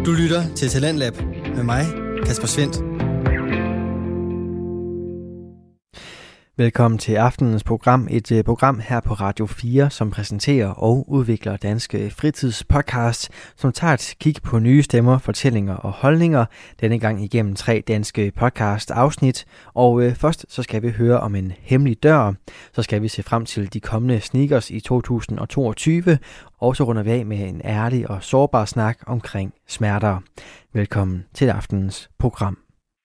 Du lytter til Talentlab med mig, Kasper Svendt. Velkommen til aftenens program, et program her på Radio 4, som præsenterer og udvikler danske fritidspodcasts, som tager et kig på nye stemmer, fortællinger og holdninger, denne gang igennem 3 danske podcast-afsnit. Og først så skal vi høre om en hemmelig dør, så skal vi se frem til de kommende sneakers i 2022, og så runder vi af med en ærlig og sårbar snak omkring smerter. Velkommen til aftenens program.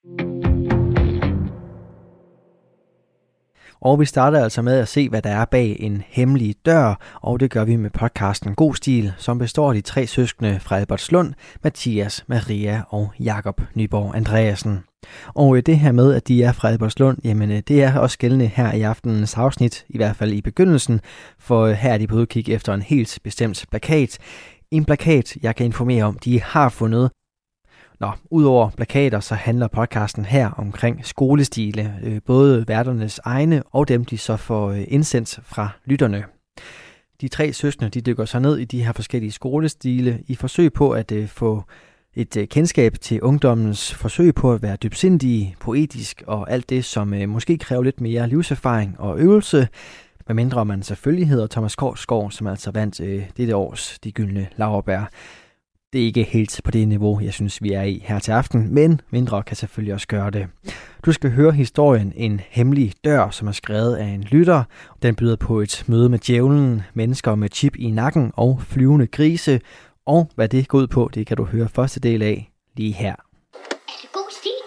Og vi starter altså med at se, hvad der er bag en hemmelig dør, og det gør vi med podcasten God Stil, som består af de 3 søskende fra Albertslund, Mathias, Maria og Jakob Nyborg Andreasen. Og det her med, at de er fra Albertslund, jamen det er også gældende her i aftenens afsnit, i hvert fald i begyndelsen, for her er de på udkig efter en helt bestemt plakat. En plakat, jeg kan informere om, de har fundet. Udover plakater, så handler podcasten her omkring skolestile, både værternes egne og dem, de så får indsendt fra lytterne. De 3 søskende, de dykker så ned i de her forskellige skolestile i forsøg på at få et kendskab til ungdommens forsøg på at være dybsindige, poetisk og alt det, som måske kræver lidt mere livserfaring og øvelse, medmindre man selvfølgelig hedder Thomas Korsgaard, som altså vandt dette års De Gyldne Laurbær. Det er ikke helt på det niveau, jeg synes, vi er i her til aften, men mindre kan selvfølgelig også gøre det. Du skal høre historien En Hemmelig Dør, som er skrevet af en lytter. Den byder på et møde med djævlen, mennesker med chip i nakken og flyvende grise. Og hvad det går ud på, det kan du høre første del af lige her. Er det god stil?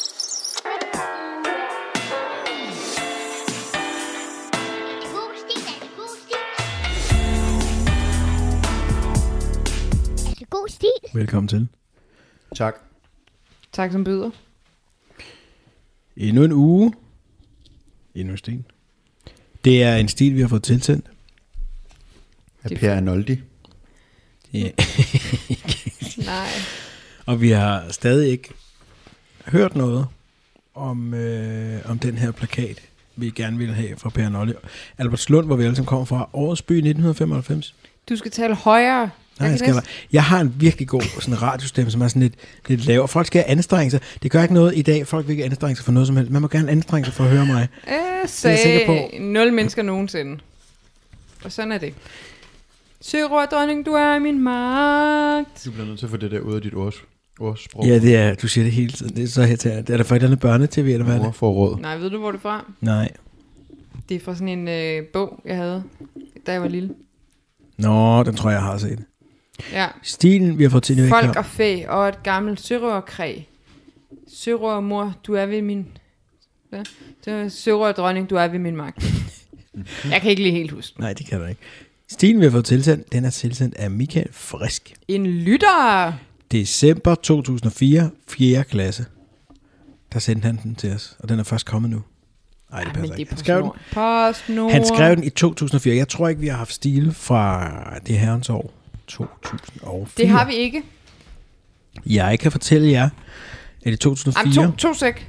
God stil. Velkommen til. Tak. Tak som byder. Endnu en uge. Endnu en stil. Det er en stil, vi har fået tilsendt af Per Arnoldi. Ja. Nej. Og vi har stadig ikke hørt noget om den her plakat, vi gerne ville have fra Per Arnoldi. Albertslund, hvor vi alle sammen kommer fra. Årets by 1995. Du skal tale højere. Nej, jeg har en virkelig god sådan radiostemme, som er sådan lidt lav. Folk skal anstrenge sig. Det gør ikke noget i dag. Folk vil ikke anstrenge sig for noget som helst. Man må gerne anstrenge sig for at høre mig. Sagde 0 mennesker nogensinde. Og sådan er det. Sørøver dronning, du er min magt. Du bliver nødt til at få det der ud af dit ordsprog. Ja, det er, du siger det hele tiden. Det er så irriterende. Det er der for et eller andet børnetv, eller hvad er det? Ordforråd. Nej, ved du, hvor det er fra? Nej. Det er fra sådan en bog, jeg havde, da jeg var lille. Nå, den tror jeg har set. Ja. Stilen, vi har fået til. Folk og fæ og et gammelt sørøverkræ. Sørøvermor, du er ved min... Sørøverdronning, du er ved min magt. Jeg kan ikke lige helt huske. Nej, det kan du ikke. Stilen, vi har fået tilsendt, den er tilsendt af Michael Frisk. En lytter! December 2004, 4. klasse. Der sendte han den til os, og den er først kommet nu. Nej, det passer ikke. Han skrev den i 2004. Jeg tror ikke, vi har haft stil fra det herrens år 2004. Det har vi ikke. Jeg kan fortælle jer, at i 2004... To sek.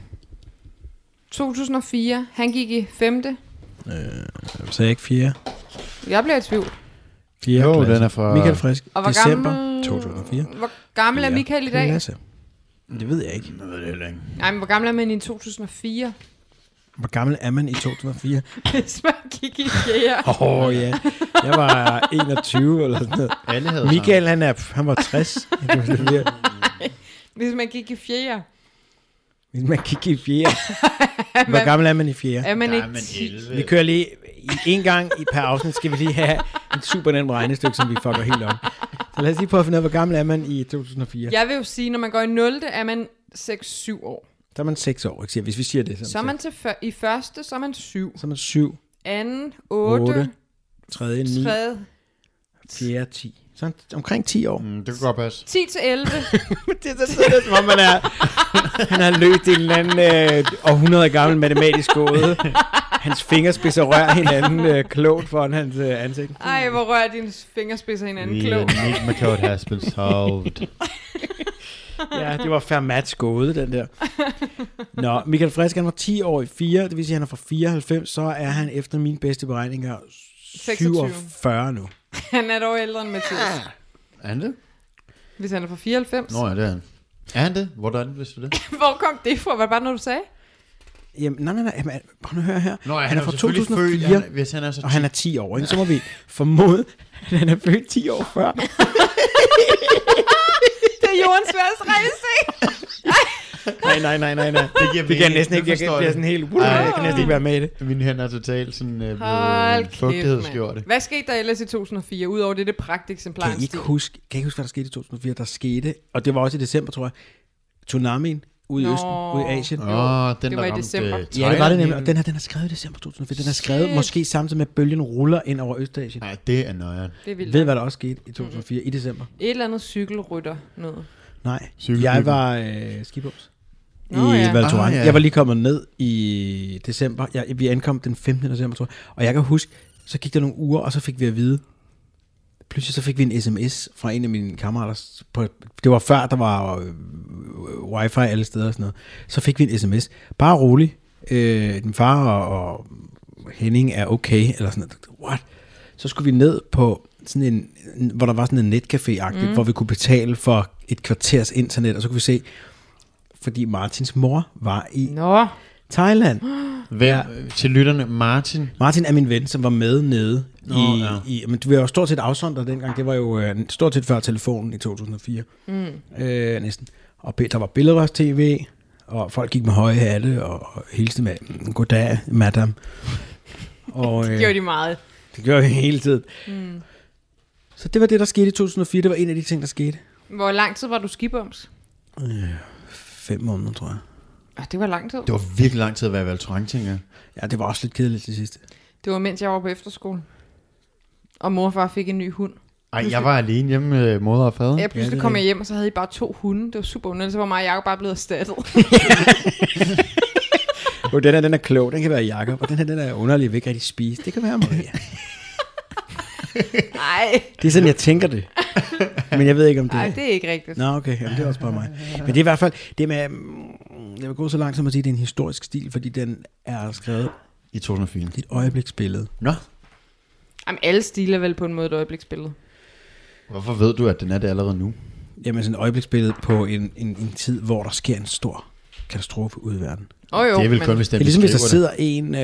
2004. Han gik i 5. Så jeg ikke 4. Jeg bliver i tvivl. 4. Jo, klasse. den er fra... Michael Frisk. Og December 2004. Hvor gammel er Michael i dag? Klasse. Det ved jeg ikke. Nej, men hvor gammel er man i 2004? Hvor gammel er man i 2004? Hvis man gik i 4. Ja. Jeg var 21 eller sådan noget. Alle havde Michael, han var 60. Hvis man gik i 4. Hvis man gik i 4. Hvor gammel er man i 4? Er man ikke 10? Vi kører lige en gang per afsnit, skal vi lige have en super nem regnestykke, som vi fucker helt om. Så lad os lige prøve at finde ud af, hvor gammel er man i 2004? Jeg vil jo sige, når man går i 0. er man 6-7 år. Så er man 6 år, ikke? Hvis vi siger det. Så er man i første, så er man 7. Så er man 7. Anden, 8. 3. 9. 4. 10. Så omkring 10 år. det kan godt passe. 10 til 11. Det er så som om man er... Han har løst en eller anden århundrede gammel matematisk gåde. Hans fingerspidser rører hinanden klogt foran hans ansigt. Ej, hvor rører dine fingerspidser hinanden klogt. The enigma code has been solved. Ja, det var Fermats gåde, den der. Nå, Michael Frisk, han var 10 år i 4, det vil sige, han er fra 94, så er han efter mine bedste beregninger 47 nu. Han er dog ældre end Mathias. Er han det? Hvis han er fra 94. Nå ja, det er han. Er han det? Hvordan vidste du det? Hvor kom det fra? Var det bare noget, du sagde? Jamen, nej. Prøv nu at høre her. Nå, han er fra 2004, hvis han er så 10. og han er 10 år. Ikke? Så må vi formode, at han er født 10 år før. Det er jordens sværeste rejse. Nej. Det kan næsten ikke. Jeg kan sådan helt jeg kan næsten ikke være med i det. Mine hænder er totalt sådan blevet fugtighedsgjorte. Hvad skete der ellers i 2004, udover det pragteksemplar? Kan I ikke huske, hvad der skete i 2004? Der skete, og det var også i december, tror jeg, tsunamien ude i Østen, ude i Asien. Den det var i december. Ja, det var det nemlig. Og den er skrevet i december 2004. Den er skrevet måske samtidig med, at bølgen ruller ind over Østasien. Nej, det er nøjeren. Ved hvad der også skete i 2004 i december? Et eller andet cykelrytter noget. Nej, jeg var skibums i Val Thorens. Jeg var lige kommet ned i december. Vi ankom den 15. december, tror jeg. Og jeg kan huske, så gik der nogle uger, og så fik vi at vide. Pludselig så fik vi en sms fra en af mine kammerater. Det var før, der var wifi alle steder og sådan noget. Så fik vi en sms. Bare rolig. Din far og Henning er okay. Eller sådan noget. What? Så skulle vi ned på sådan en, hvor der var sådan en netcafé-agtigt, hvor vi kunne betale for et kvarters internet, og så kunne vi se, fordi Martins mor var i Thailand. Hvem? Til lytterne, Martin? Martin er min ven, som var med nede men du var jo stort set afsondret dengang. Det var jo stort set før telefonen i 2004. Næsten. Og der var billedrørs-tv, og folk gik med høje hatte og hilste med, goddag, madame. Og, det gjorde de meget. Det gjorde vi hele tiden. Så det var det, der skete i 2004. Det var en af de ting, der skete. Hvor lang tid var du skibums? 5 måneder, tror jeg. Det var lang tid. Det var virkelig lang tid at være i Val Thorens, tænker jeg. Ja, det var også lidt kedeligt til sidst. Det var mens jeg var på efterskole. Og mor og far fik en ny hund. Ej, jeg var alene hjemme med mor og fader. Ja, pludselig kom jeg hjem, og så havde I bare 2 hunde. Det var super underligt. Så var mig og Jacob bare blevet erstattet. Den er klog. Den kan være Jacob. Og den er underlig, vil ikke rigtig spise. Det kan være Maria. Nej. Det er sådan, jeg tænker det. Men jeg ved ikke, om det Nej, det er ikke rigtigt. Nå, okay. Jamen, det er også bare mig. Men det er i hvert fald, det vil gå så langt som at sige, det er en historisk stil, fordi den er skrevet i 2004. Det er et øjebliksbillede. Nå. Jamen, alle stiler vel på en måde et øjebliksbillede. Hvorfor ved du, at den er det allerede nu? Jamen, sådan et øjebliksbillede på en tid, hvor der sker en stor katastrofe ude i verden. Jo, det er vel kun, hvis den det er ligesom, hvis der sidder en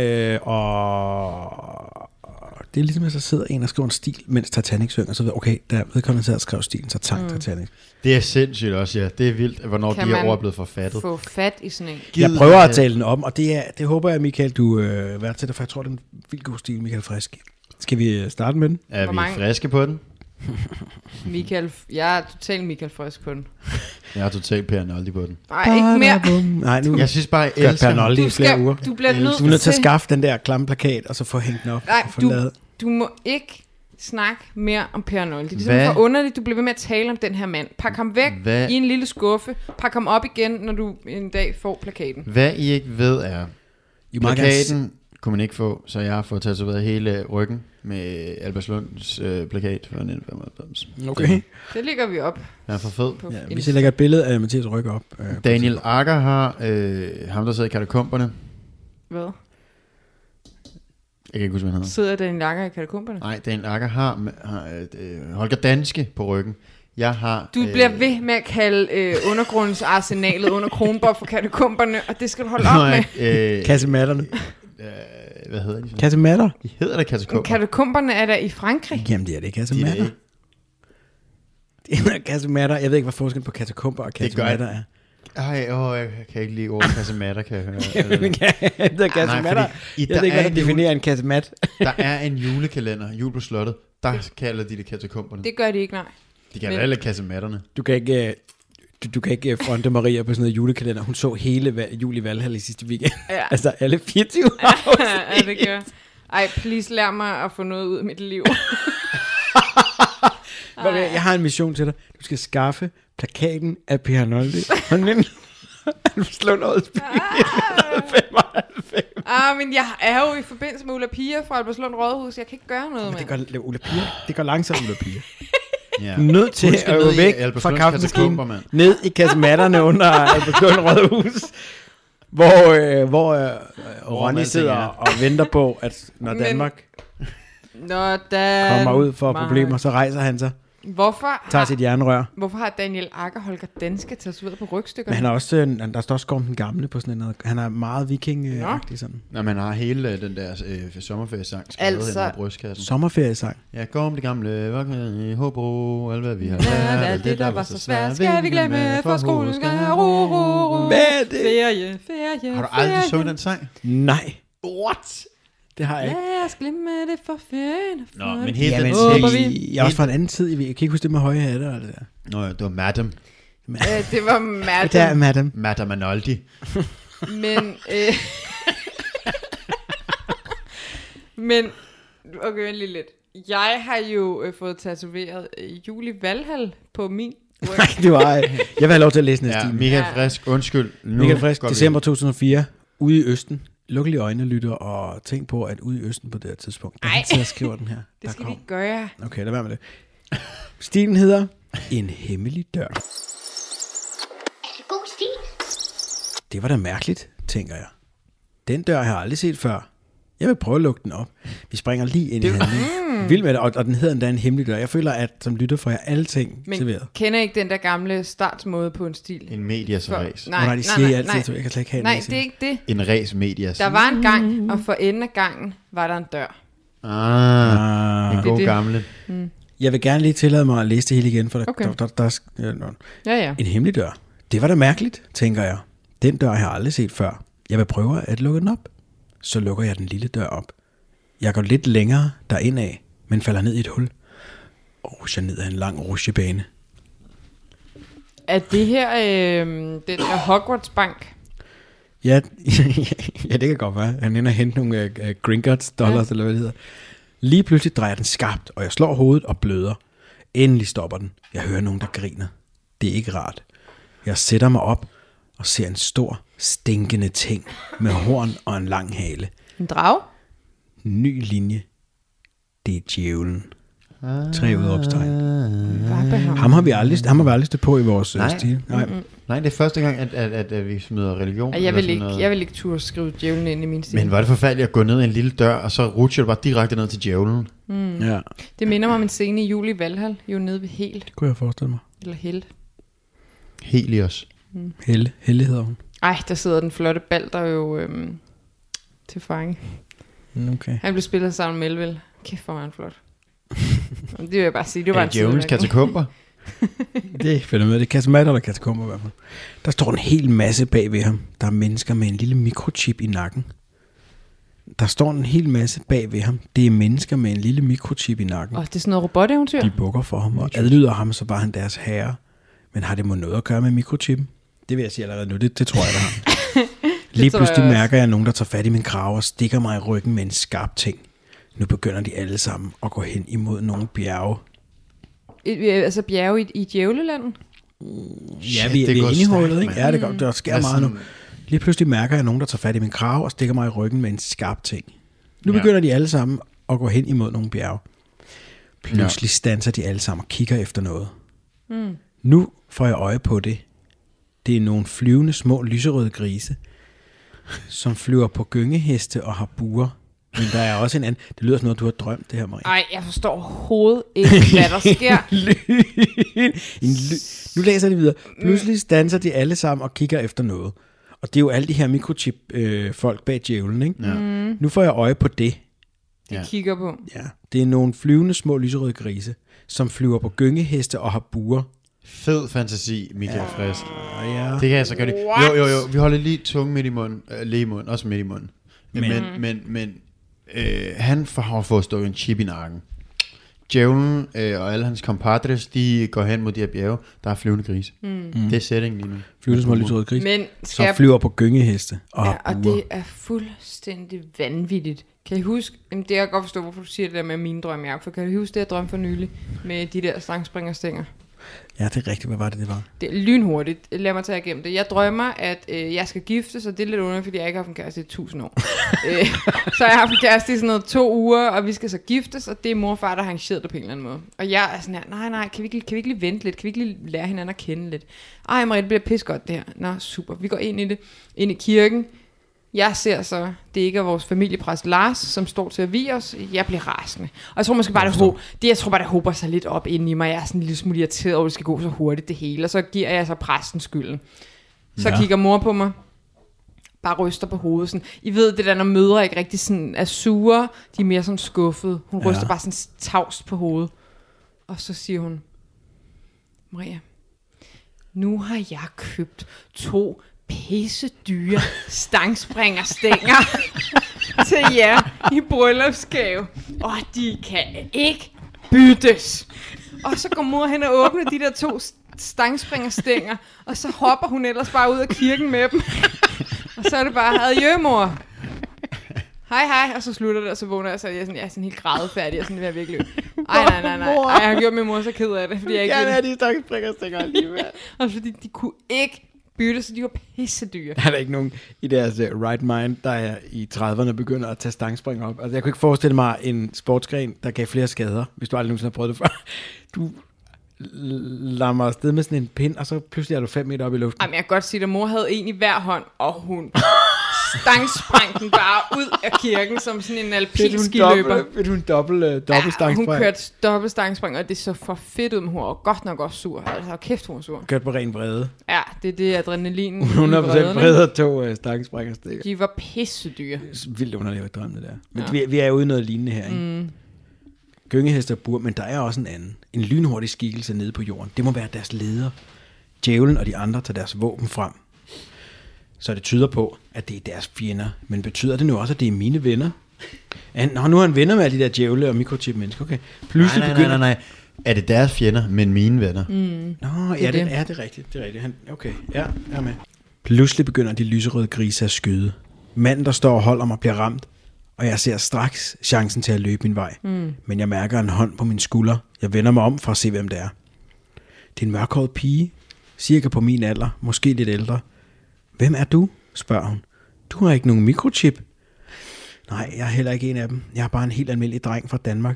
det er ligesom, hvis der sidder en og skriver en stil, mens Titanic synger, så ved okay, der vedkommende sad og skrev stilen, så tak Titanic. Det er sindssygt også, ja. Det er vildt, hvornår kan de her ord er blevet forfattet. Få fat i sådan en? Jeg prøver at tale den om, og det håber jeg, Michael, du værd til dig, for jeg tror, det er en vildt god stil, Michael Frisk. Skal vi starte med den? Er vi friske på den? Michael, jeg er totalt Michael Frisk på den. Jeg er totalt Per Noldi på den. Nej, ikke mere. Nej, nu jeg synes bare, jeg elsker Per Noldi i flere uger. Du bliver nødt til at skaffe den der klamme plakat, og så få hængt den op. Nej, du må ikke snakke mere om Per Noldi. Det er simpelthen for underligt, du bliver ved med at tale om den her mand. Pak ham væk i en lille skuffe. Pak ham op igen, når du en dag får plakaten. Hvad I ikke ved er, plakaten kunne man ikke få, så jeg har fået tatoveret hele ryggen med Albertslunds plakat fra 1995. Okay. Det ligger vi op. Jeg er for fed. Ja, hvis jeg lægger et billede af Mathias ryg op. Daniel Agger har ham, der sidder i katakomberne. Hvad? Jeg kan ikke huske, hvad han hedder. Sidder Daniel Agger i katakomberne? Nej, Daniel Agger har Holger Danske på ryggen. Jeg har... Du bliver ved med at kalde undergrundsarsenalet under Kronborg for katakomberne, og det skal du holde op med. Kasematterne. Hvad hedder de? Kasematter? De hedder der katakomber. Katakomberne er der i Frankrig. Jamen det er det, kasematter. Det er kasematter. Jeg ved ikke, hvad forskellen på katakomber og kasematter er. Jeg kan ikke lide ordet kasematter, kan jeg høre. Det er kasematter. Jeg ved ikke, hvad der definerer en kasemat. Der er en julekalender, Jul på Slottet. Der kalder de det katakomberne. Det gør de ikke, nej. De kalder alle kasematterne. Du kan ikke fronte Maria på sådan noget julekalender. Hun så hele jul i Valhall i sidste weekend. Ja. Altså alle 24 afsnit. Ja, det gør. Ej, please lær mig at få noget ud af mit liv. Maria, jeg har en mission til dig. Du skal skaffe plakaten af Per Noldi. Han slår noget spil. Men jeg er jo i forbindelse med Ulla Pia fra Albertslund Rådhus. Jeg kan ikke gøre noget med det går langsomt, Ulla Pia. Ja. Nødt til at gå væk fra kaffemaskinen, ned i kasematterne under Albertslund Rådhus, hvor Ronny sidder og venter på, at når Danmark kommer ud for problemer, så rejser han sig. tager sit jernrør. Hvorfor har Daniel Agger Holger Danske tatoveret på rygstykker? Men han er også, der står også Gorm den Gamle på sådan noget. Han er meget viking-agtig sådan. Når man har hele den der sommerferiesang skrevet hen over brystkassen. Sommerferiesang. Ja, Gorm den Gamle, vakne i Hobro, alt hvad vi har lært. Alt det, der var så svært, skal vi glemme, for skolen skal ro. Ferie. Har du aldrig sunget den sang? Nej. What? Det har jeg ikke. Lad os glemme det for ferien. Nå, men helt den tekst. Jeg er også fra en anden tid. Jeg kan ikke huske det med høje hatte og det der. Nå, det var Madam. Det var Madam. Det er Madam. Madam Arnoldi. Men okay, lige lidt. Jeg har jo fået tatoveret Julie Valhall på min ryg. Nej, det var jeg vil have lov til at læse næste time. Michael Frisk, undskyld. Michael Frisk, december 2004, ude i Østen. Luk lige øjnene, lytter, og tænk på, at ude i Østen på det her tidspunkt, der skriver den her. Det skal de ikke gøre. Okay, lad være med det. Stilen hedder En hemmelig dør. Er det god stil? Det var da mærkeligt, tænker jeg. Den dør har jeg aldrig set før. Jeg vil prøve at lukke den op. Vi springer lige ind i handlingen. Vild med det, og den hedder endda En hemmelig dør. Jeg føler, at som lytter får jeg alle ting serveret. Kender ikke den der gamle startsmåde på en stil? En medias ræs. Nej, de siger altid, jeg kan slet ikke have en. Nej, det er ikke det. En ræs medias. Der var en gang, og for enden af gangen var der en dør. En god gamle. Jeg vil gerne lige tillade mig at læse det hele igen, for Ja. En hemmelig dør. Det var da mærkeligt, tænker jeg. Den dør har jeg aldrig set før. Jeg vil prøve at lukke den op. Så lukker jeg den lille dør op. Jeg går lidt længere derindad, men falder ned i et hul. Og rusher ned ad en lang rutsjebane. Er det her den der Hogwarts bank? Ja, det kan godt være. Han ender at hente nogle Gringotts dollars, eller hvad det hedder. Lige pludselig drejer den skarpt, og jeg slår hovedet og bløder. Endelig stopper den. Jeg hører nogen, der griner. Det er ikke rart. Jeg sætter mig op og ser en stor, stinkende ting med horn og en lang hale. En drage? Ny linje. Det er djævlen. 3 udråbstegn. Ham har vi aldrig stødt på i vores stil. Nej, det er første gang, at vi smider religion. Jeg vil ikke turde skrive djævlen ind i min stil. Men var det forfærdeligt at gå ned i en lille dør, og så rutscher du bare direkte ned til djævlen? Ja. Det minder mig om en scene i Julie Valhall, jo nede ved Hel. Det kunne jeg forestille mig. Eller Hel. Helios. Helle hedder hun. Ej, der sidder den flotte Balder jo til fange. Okay. Han blev spillet sammen med Melville. Kæft, hvor var han flot. Det vil jeg bare sige. Det var en djævelens katakomber. Det finder med. Det er kasematter eller katakomber i hvert fald. Der står en hel masse bag ved ham. Der er mennesker med en lille mikrochip i nakken. Der står en hel masse bag ved ham. Det er mennesker med en lille mikrochip i nakken. Det er sådan noget roboteventyr. De bukker for ham og adlyder ham, så var han deres herre. Men har det må noget at gøre med mikrochippen? Det vil jeg sige allerede nu. Det tror jeg, der har. Lige pludselig mærker jeg nogen, der tager fat i min krave og stikker mig i ryggen med en skarp ting. Nu begynder de alle sammen at gå hen imod nogle bjerge. Altså bjerge i djævlelandet? Ja, vi er inde i hullet, ikke? Ja, det går. Der sker meget nu. Lige pludselig mærker jeg nogen, der tager fat i min krave og stikker mig i ryggen med en skarp ting. Nu begynder de alle sammen at gå hen imod nogle bjerge. Pludselig standser de alle sammen og kigger efter noget. Nu får jeg øje på det. Det er nogle flyvende små lyserøde grise, som flyver på gyngeheste og har buer. Men der er også en anden. Det lyder som noget, du har drømt, det her, Marie. Nej, jeg forstår overhovedet ikke, hvad der sker. Nu læser jeg det videre. Pludselig standser de alle sammen og kigger efter noget. Og det er jo alle de her mikrochip-folk bag djævlen, ikke? Ja. Nu får jeg øje på det. De kigger på. Ja, det er nogle flyvende små lyserøde grise, som flyver på gyngeheste og har buer. Fed fantasi, Michael Frisk. Ja. Det kan jeg så gøre det. Jo, vi holder lige tunge midt i munden. Lige i munden, også midt i munden. Men han har fået stået en chip i nakken. Djævlen og alle hans compadres, de går hen mod de her bjerge. Der er flyvende grise. Det er setting lige nu. Flyvende små lyserøde grise, som flyver på gyngeheste og har buer. Og det er fuldstændig vanvittigt. Kan I huske, det jeg godt forstå, hvorfor du siger det der med mine drømme, Jacob, for kan du huske det, jeg drømte for nylig med de der stangspringerstænger? Ja, det er rigtigt. Hvad var det var? Det er lynhurtigt. Lad mig tage igennem det. Jeg drømmer, at jeg skal giftes, og det er lidt underligt, fordi jeg ikke har haft en kæreste i 1000 år. Så jeg har haft en kæreste i sådan noget 2 uger, og vi skal så giftes, og det er mor og far, der har arrangeret det på en eller anden måde. Og jeg er sådan her, nej, kan vi ikke lige vente lidt? Kan vi ikke lige lære hinanden at kende lidt? Ej, Marie, det bliver pis godt det her. Nå, super. Vi går ind i det. Ind i kirken. Jeg ser så, det ikke er vores familiepræst Lars, som står til at vie os. Jeg bliver rasende. Og jeg tror måske bare, jeg tror bare, det håber sig lidt op inden i mig. Jeg er sådan en lille smule irriteret over, at det skal gå så hurtigt det hele. Og så giver jeg så præsten skylden. Så kigger mor på mig. Bare ryster på hovedet. Sådan. I ved det der, når mødre ikke rigtig sådan er sure. De er mere sådan skuffede. Hun ryster bare sådan tavst på hovedet. Og så siger hun, Maria, nu har jeg købt 2 pissedyre stangspringerstænger til jer i bryllupsgave, og de kan ikke byttes. Og så går mor hen og åbner de der 2 stangspringerstænger, og så hopper hun ellers bare ud af kirken med dem. Og så er det bare, adjø mor. Hej, og så slutter det, og så vågner jeg, så jeg er sådan helt grædefærdig, og sådan vil jeg virkelig nej. Ej, jeg har gjort min mor så ked af det, fordi jeg ikke gerne have de stangspringerstænger alligevel. Og fordi de kunne ikke bytte, så de var pissedyre. Der er ikke nogen i deres right mind, der er i 30'erne begynder at tage stangspring op. Altså, jeg kunne ikke forestille mig en sportsgren, der gav flere skader, hvis du aldrig nogensinde har prøvet det før. Du lader mig afsted med sådan en pind, og så pludselig er du 5 meter op i luften. Jamen, jeg kan godt sige, at mor havde en i hver hånd, og hun stangsprang den bare ud af kirken, som sådan en alpin skiløber. Ved du en dobbelt stangspring? Hun kørte dobbelt stangspring, og det så for fedt ud, men hun var godt nok også sur. Altså, kæft, hun var sur. Kørte på ren vrede. Ja, det er det adrenalin. 100% vrede og 2 stangspringerstikker. De var pissedyre. Vildt underligt at drømme det der. Men vi er ude i noget lignende her, ikke? Gyngehester bur, men der er også en anden. En lynhurtig skikkelse nede på jorden. Det må være deres leder. Djævlen og de andre tager deres våben frem. Så det tyder på, at det er deres fjender. Men betyder det nu også, at det er mine venner? Nu er han venner med alle de der djævle og mikrochip-mennesker. Okay. Pludselig nej. Er det deres fjender, men mine venner? Nå, ja, det er rigtigt. Det er rigtigt. Okay, ja, jeg er med. Pludselig begynder de lyserøde grise at skyde. Manden, der står og holder mig, bliver ramt. Og jeg ser straks chancen til at løbe min vej. Men jeg mærker en hånd på min skulder. Jeg vender mig om for at se, hvem det er. Det er en mørkhåret pige. Cirka på min alder. Måske lidt ældre. Hvem er du? Spørger hun. Du har ikke nogen mikrochip. Nej, jeg er heller ikke en af dem. Jeg er bare en helt almindelig dreng fra Danmark.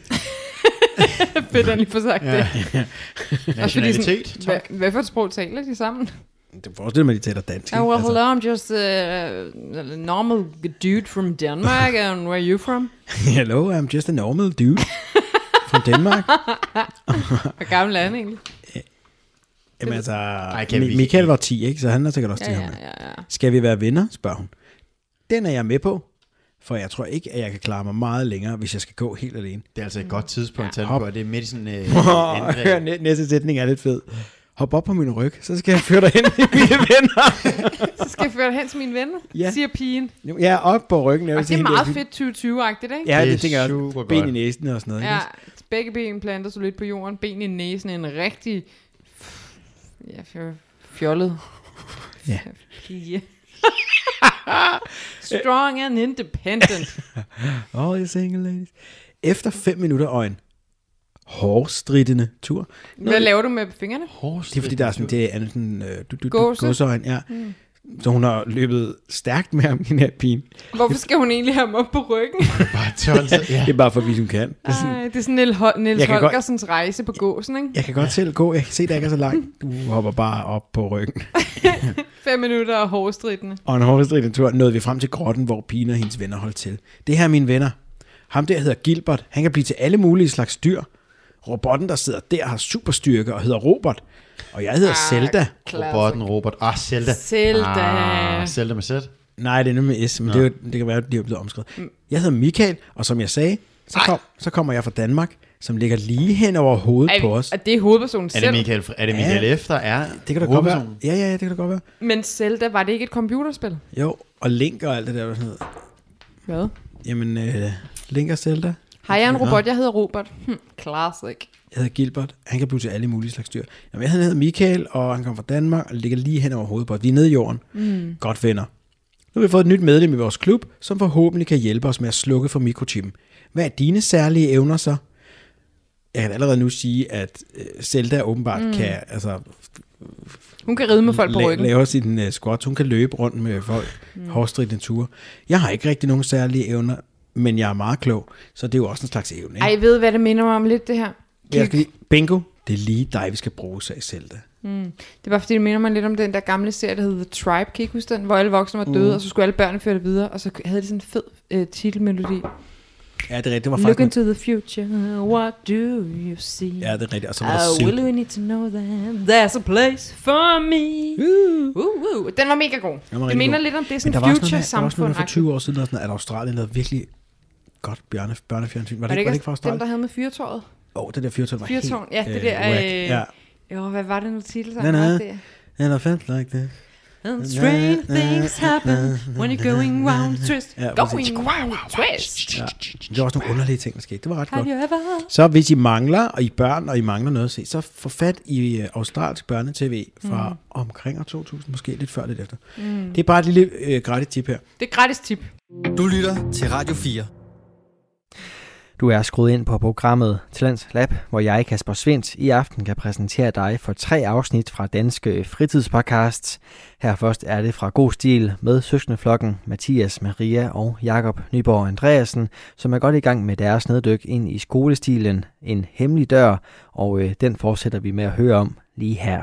Fedt, han lige får sagt det. Nationalitet. Sådan, hvad for et sprog taler de sammen? Det forestiller mig, de taler dansk. Well, hello, I'm just a normal dude from Denmark, and where are you from? Hello, I'm just a normal dude from Denmark. Hvor gammel er han egentlig? Jamen altså, Michael var 10, ikke? Så han er sikkert også 10. Ja. Skal vi være venner, spørger hun. Den er jeg med på, for jeg tror ikke, at jeg kan klare mig meget længere, hvis jeg skal gå helt alene. Det er altså et godt tidspunkt at på, det er midt i sådan næste sætning er lidt fed. Hop op på min ryg, så skal jeg føre dig hen til mine venner. Så skal jeg føre dig hen til mine venner, siger pigen. Ja, op på ryggen. Og det er meget fedt 2020-agtigt, ikke? Ja, det tænker jeg også. Ben i næsen og sådan noget. Ja, begge ben planter så lidt på jorden. Ben i næsen er en rigtig fjollet pige. Strong and independent. All you single ladies. Efter 5 minutter og en hårstridende tur. Hvad laver du med fingrene? Det er fordi, der er sådan, det er sådan gåseøjne, ja. Så hun har løbet stærkt med ham, den her pigen. Hvorfor skal hun egentlig have ham op på ryggen? Det er bare for, hvis hun kan. Det er sådan Niels Holgersens rejse på gåsen, ikke? Jeg kan godt selv gå. Jeg kan se, at det ikke er så langt. Du hopper bare op på ryggen. 5 minutter og hårstridende. Og en hårstridende tur nåede vi frem til grotten, hvor pigen og hendes venner holdt til. Det her er mine venner. Ham der hedder Gilbert. Han kan blive til alle mulige slags dyr. Robotten, der sidder der, har superstyrke og hedder Robert. Og jeg hedder Zelda. Robotten, Robert. Zelda. Zelda med Z? Nej, det er nemlig med S, men det kan være, at det er blevet omskrevet. Jeg hedder Michael, og som jeg sagde, så kommer jeg fra Danmark, som ligger lige hen over hovedet på os. Er det hovedpersonen selv? Er det Michael efter? Det kan da godt være. Ja, det kan da godt være. Men Zelda, var det ikke et computerspil? Jo, og Link og alt det der. Sådan hvad? Jamen, Link og Zelda. Hej, jeg er en robot, jeg hedder Robert. Classic. Jeg hedder Gilbert. Han kan blive til alle mulige slags dyr. Jamen, han hedder Michael, og han kommer fra Danmark, og ligger lige hen over hovedet på os. Vi er nede i jorden. Godt venner. Nu har vi fået et nyt medlem i vores klub, som forhåbentlig kan hjælpe os med at slukke for mikrochippen. Hvad er dine særlige evner så? Jeg kan allerede nu sige, at Zelda åbenbart kan, altså... Hun kan ride med folk på ryggen. Lave sin squat. Hun kan løbe rundt med folk. Hårdstridende ture. Jeg har ikke rigtig nogen særlige evner, men jeg er meget klog, så det er jo også en slags evne. Ej, jeg ved, hvad det minder mig om lidt, det her. Bingo. Det er lige dig, vi skal bruge, sagde Zelda. Det var fordi, det minder mig lidt om den der gamle serie, der hed The Tribe. Kan I huske den? Hvor alle voksne var døde, og så skulle alle børnene føre det videre. Og så havde de sådan en fed titelmelodi. Ja, det er rigtigt. Det var faktisk Look into the future, what do you see? Ja, det er rigtigt. Og så var der will we need to know that there's a place for me. Den var mega god. Det minder lidt om det sådan future-samfund. Der var også noget for 20 år siden, at Australien lavede virkelig godt børnefjernsyn. Var det ikke fra Australien? Den, der havde med fyrtåret? Det der fyrtåret var helt ja, det der... Jo, hvad var det nu titelsangen var det? And I felt like this. And strange things happen when you're going round twist. Going round twist. Ja. Det var også nogle underlige ting, der skete. Det var ret godt. Så hvis I mangler, og I børn, og I mangler noget at se, så få fat i australsk børnetv fra omkring år 2000, måske lidt før, lidt efter. Det er bare et lille gratis tip her. Det er et gratis tip. Du lytter til Radio 4. Du er skruet ind på programmet Talents Lab, hvor jeg, Kasper Svindt, i aften kan præsentere dig for 3 afsnit fra Danske Fritidspodcasts. Her først er det fra God Stil med søskendeflokken Mathias, Maria og Jakob Nyborg Andreasen, som er godt i gang med deres neddyk ind i skolestilen En Hemmelig Dør, og den fortsætter vi med at høre om lige her.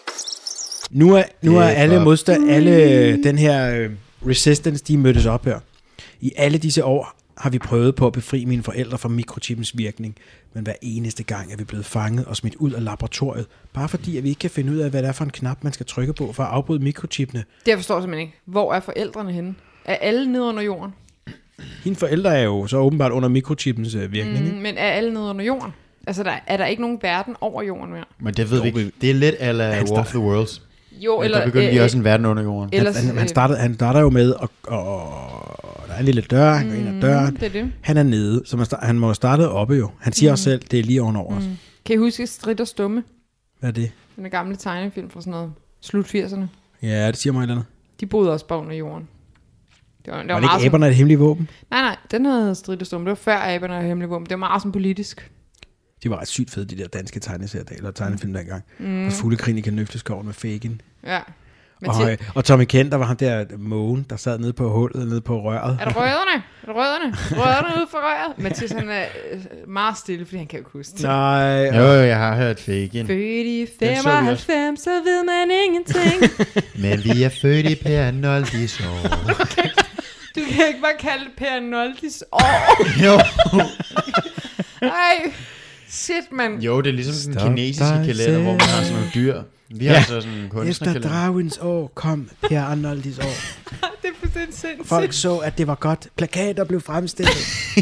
Nu er alle modstand, alle den her resistance, de mødtes op her. I alle disse år har vi prøvet på at befri mine forældre fra mikrochippens virkning, men hver eneste gang er vi blevet fanget og smidt ud af laboratoriet, bare fordi at vi ikke kan finde ud af, hvad det er for en knap, man skal trykke på for at afbryde mikrochippene. Det forstår jeg simpelthen ikke. Hvor er forældrene henne? Er alle nede under jorden? Hine forældre er jo så åbenbart under mikrochippens virkning. Ikke? Men er alle nede under jorden? Altså, er der ikke nogen verden over jorden mere? Men det ved vi ikke. Det er lidt ala War of the Worlds. Jo, eller... Der begyndte vi også en verden under jorden. Han starter jo med, og der er en lille dør, han går ind ad døren. Det. Han er nede, så han må have startet oppe jo. Han siger også selv, det er lige ovenover os. Kan I huske Strid og Stumme? Hvad er det? Den gamle tegnefilm fra sådan noget slut 80'erne. Ja, det siger mig et eller andet. De boede også bare under jorden. Det var det ikke Aberne et hemmeligt våben? Nej, den havde Strid og Stumme. Det var før Aberne et hemmeligt våben. Det var meget sådan politisk. De var ret sygt fede, de der danske tegneserier, eller tegnefilm dengang. Og Fuglekrigen i Kanøfleskoven med Fagin. Ja. Og Tommy Kent, der var han der mågen, der sad nede på hullet, nede på røret. Er det rødderne? Rødderne ude for røret? Mathias, han er meget stille, fordi han kan jo ikke huske det. Nej. Jo, jeg har hørt Fagin. Født i 95, så ved man ingenting. Men vi er født i Per Noldis år. Du kan ikke bare kalde det Per Noldis år. Jo. Ej, shit, mand. Jo, det er ligesom sådan en kinesisk kalender, hvor man har sådan nogle dyr. Vi har så sådan en kunstnerkalender. Efter Darwins år kom Per Arnoldis år. Det er fuldstændig sindssygt. Folk så, at det var godt. Plakater blev fremstillet.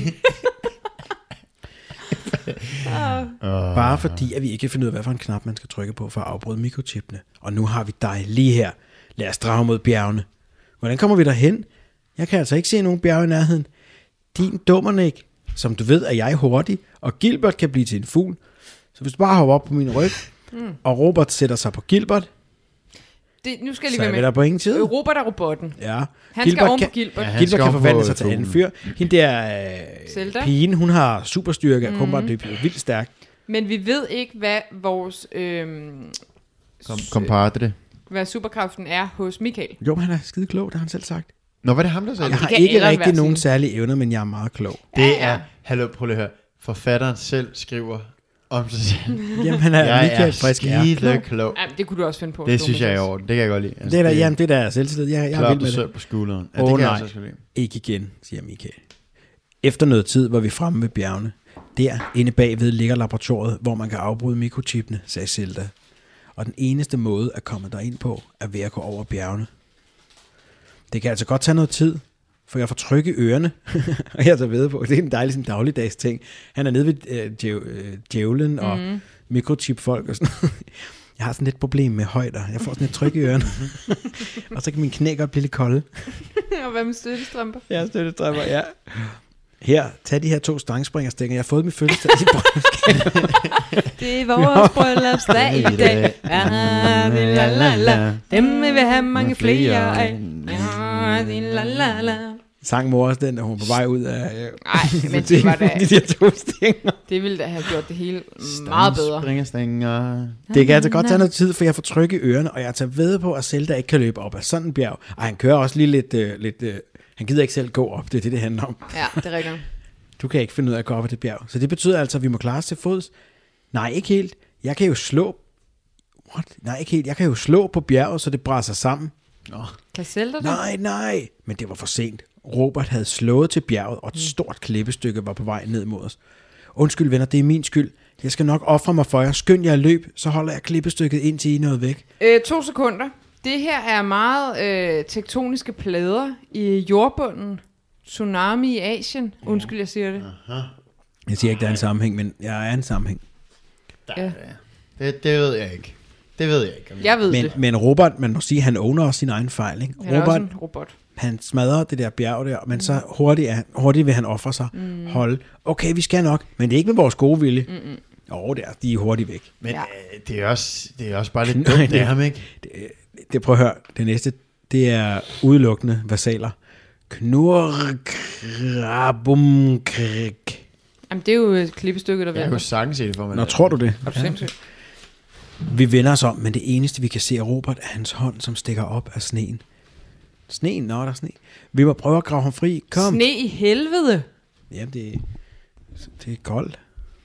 Bare fordi, at vi ikke kan finde ud af, hvad for en knap, man skal trykke på for at afbryde mikrochippene. Og nu har vi dig lige her. Lad os drage mod bjergene. Hvordan kommer vi derhen? Jeg kan altså ikke se nogen bjerge i nærheden. Din dummernik. Som du ved, er jeg hurtig, og Gilbert kan blive til en fugl. Så hvis du bare hopper op på min ryg, og Robert sætter sig på Gilbert, nu skal jeg lige så være er med. vi der på ingen tid. Robert er robotten. Ja. Han skal oven på Gilbert. Ja, Gilbert kan forvandle sig til anden fyr. Hende der pigen, hun har superstyrke, og kommer det bliver vildt stærkt. Men vi ved ikke, hvad vores compadre, hvad superkraften er hos Michael. Jo, men han er skide klog, det har han selv sagt. Nå, hvad er det ham, der sagde? Jeg har ikke rigtig nogen særlige evner, men jeg er meget klog. Det er, hallo, prøv lige at høre, forfatteren selv skriver om sig selv. Jamen, han er Michael frisk klog. Jamen, det kunne du også finde på. Det synes jeg er i orden, det kan jeg godt lide. Altså, det der er selvtillid, jeg vil med det. På skulderen. Ja, det kan jeg så lide. Ikke igen, siger Michael. Efter noget tid var vi fremme ved bjergene. Der inde bagved ligger laboratoriet, hvor man kan afbryde mikrochippene, sagde Zelda. Og den eneste måde at komme derind på, er ved at gå over bjergene. Det kan altså godt tage noget tid, for jeg får tryk i ørerne, og jeg er så ved på, det er en dejlig sådan, dagligdags ting. Han er nede ved djævlen og mikrochip-folk og sådan noget. Jeg har sådan lidt problem med højder. Jeg får sådan et tryk i ørerne. Og så kan min knæ godt blive lidt kolde. Og hvad med støttestrømper? Ja, støttestrømper, ja. Her, tag de her 2 stangspringerstænger. Jeg har fået mit fødselsdag i brylluppsgave. Det er vores bryllupsdag i dag. Dem vil vi have mange flere af. Sang mor også den, da hun var på vej ud af... Nej, men det var da... de der 2 stænger. Det ville da have gjort det hele meget bedre. Stænger. Det kan altså godt tage noget tid, for jeg får tryk i ørerne, og jeg tager ved på, at Zelda ikke kan løbe op ad sådan en bjerg. Og han kører også lige lidt han gider ikke selv gå op, det er det handler om. Ja, det er rigtigt. Du kan ikke finde ud af at gå op ad det bjerg. Så det betyder altså, at vi må klare os til fods. Nej, ikke helt. Jeg kan jo slå... What? Nej, ikke helt. Jeg kan jo slå på bjerget, så det brænder sammen. Nå. Kan sælge det? Nej. Men det var for sent. Robert havde slået til bjerget, og et stort klippestykke var på vej ned mod os. Undskyld, venner, det er min skyld. Jeg skal nok ofre mig for jer. Skynd jer løb, så holder jeg klippestykket indtil I er nået væk. 2 sekunder. Det her er meget tektoniske plader i jordbunden. Tsunami i Asien. Undskyld, jeg siger det. Jeg siger ikke, der er en sammenhæng, men jeg er en sammenhæng. Ja. Det ved jeg ikke. Det ved jeg ikke. Jeg ved det. Men Robert, man må sige, han owner også sin egen fejl. Ikke? Han er også en robot. Han smadrer det der bjerg der, men så hurtigt vil han ofre sig. Holde. Okay, vi skal nok, men det er ikke med vores gode vilje. De er hurtigt væk. Men det er også bare lidt dumt af ham, ikke? Det prøv at høre. Det næste, det er udelukkende versaler. Knurkrabumkrik. Jamen, det er jo et klippestykke, der venter. Jeg kan jo sagtens se det for mig. Nå, tror du det? Er du sindssygt? Vi vender os om, men det eneste, vi kan se af Robert, er hans hånd, som stikker op af sneen. Sneen? Nå, der er sne. Vi må prøve at grave ham fri. Kom. Sne i helvede. Jamen, det er koldt.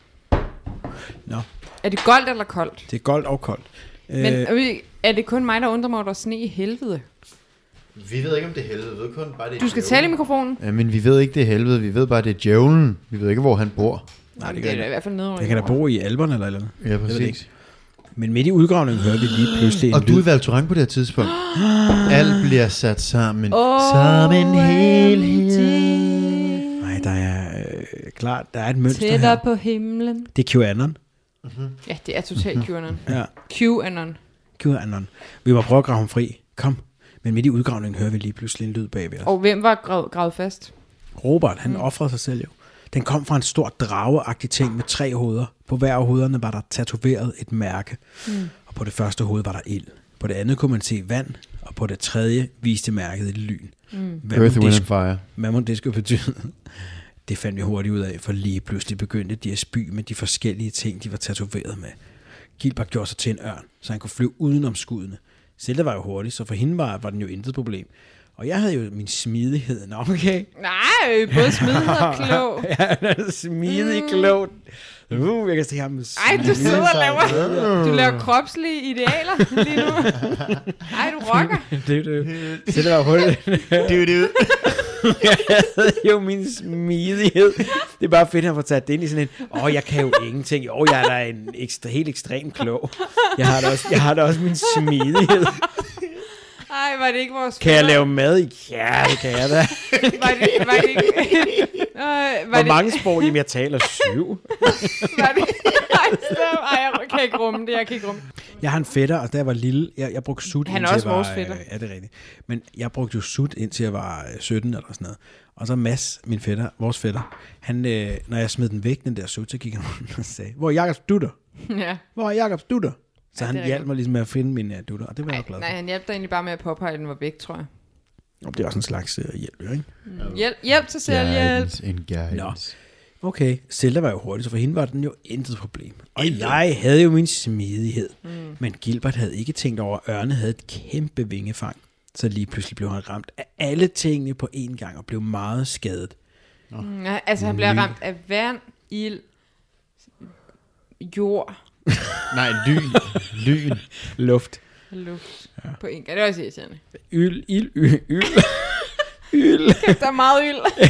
Nå. Er det koldt eller koldt? Det er koldt og koldt. Men er det kun mig, der undrer mig, at der er sne i helvede? Vi ved ikke, om det er helvede. Vi ved kun bare, det er du skal tale i mikrofonen. Ja, men vi ved ikke, det er helvede. Vi ved bare, det er djævlen. Vi ved ikke, hvor han bor. Nej, det er i hvert fald nede. Det kan da bo i Alperne eller eller andet. Ja, præcis. Men midt i udgravningen hører vi lige pludselig og du er Valtorang på det her tidspunkt. Alt bliver sat sammen. Som en helhed. Nej, der er klart, der er et mønster tættere her. På himlen. Det er QAnon. Ja, det er totalt QAnon. Ja. QAnon. Vi må prøve at grave ham fri. Kom. Men midt i udgravningen hører vi lige pludselig en lyd bagved os. Og hvem var gravet fast? Robert, han offrede sig selv jo. Den kom fra en stor drageagtig ting med 3 hoveder. På hver af hovederne var der tatoveret et mærke. Og på det første hoved var der ild. På det andet kunne man se vand. Og på det tredje viste mærket et lyn. Earth, Wind and Fire. Hvad må det skulle betyde? Det fandt vi hurtigt ud af, for lige pludselig begyndte de at spy med de forskellige ting, de var tatoveret med. Gilbert gjorde sig til en ørn, så han kunne flyve udenom skuddene. Zelda var jo hurtig, så for hende var den jo intet problem. Og jeg havde jo min smidighed. Nå, okay. Nej, både smidighed og klog. Ja, smidig klog. Jeg kan se ham. Ej, du sidder og laver kropslige idealer lige nu. Ej, du rocker. Zelda var hurtig. Jeg havde jo min smidighed. Det er bare fedt, at han får taget det ind i sådan en, jeg kan jo ingenting. Jeg er da en helt ekstrem klog. Jeg har da også min smidighed. Ej, var det ikke vores Kan jeg lave mad? Ja, det kan jeg da. var det ikke... Hvor mange sprog? Jamen, jeg taler 7. Jeg kan ikke rumme det, Jeg har en fætter, og da jeg var lille, jeg brugte sut. Han er også vores fætter. Ja, det er rigtigt. Men jeg brugte jo sut, indtil jeg var 17 eller sådan noget. Og så Mads, min fætter, vores fætter, han, når jeg smed den væk, den der sut, så gik han rundt og sagde, hvor er Jakobs dutter? Ja. Hvor er Jakobs dutter? Så han hjalp mig ligesom med at finde min dutter, og det var jeg glad for. Nej, han hjalp dig egentlig bare med at påpege, at den var væk, tror jeg. Og det er også en slags hjælp, ikke? Hjælp til selvhjælp. En guidance. Okay, Zelda var jo hurtig, så for hende var den jo intet problem. Og jeg havde jo min smidighed. Men Gilbert havde ikke tænkt over, at Ørne havde et kæmpe vingefang. Så lige pludselig blev han ramt af alle tingene på én gang, og blev meget skadet. Altså han bliver ramt af vand, ild, jord. Nej, lyn. Luft. Ja. På en gang. Det er også irriterende. Yld. Der er meget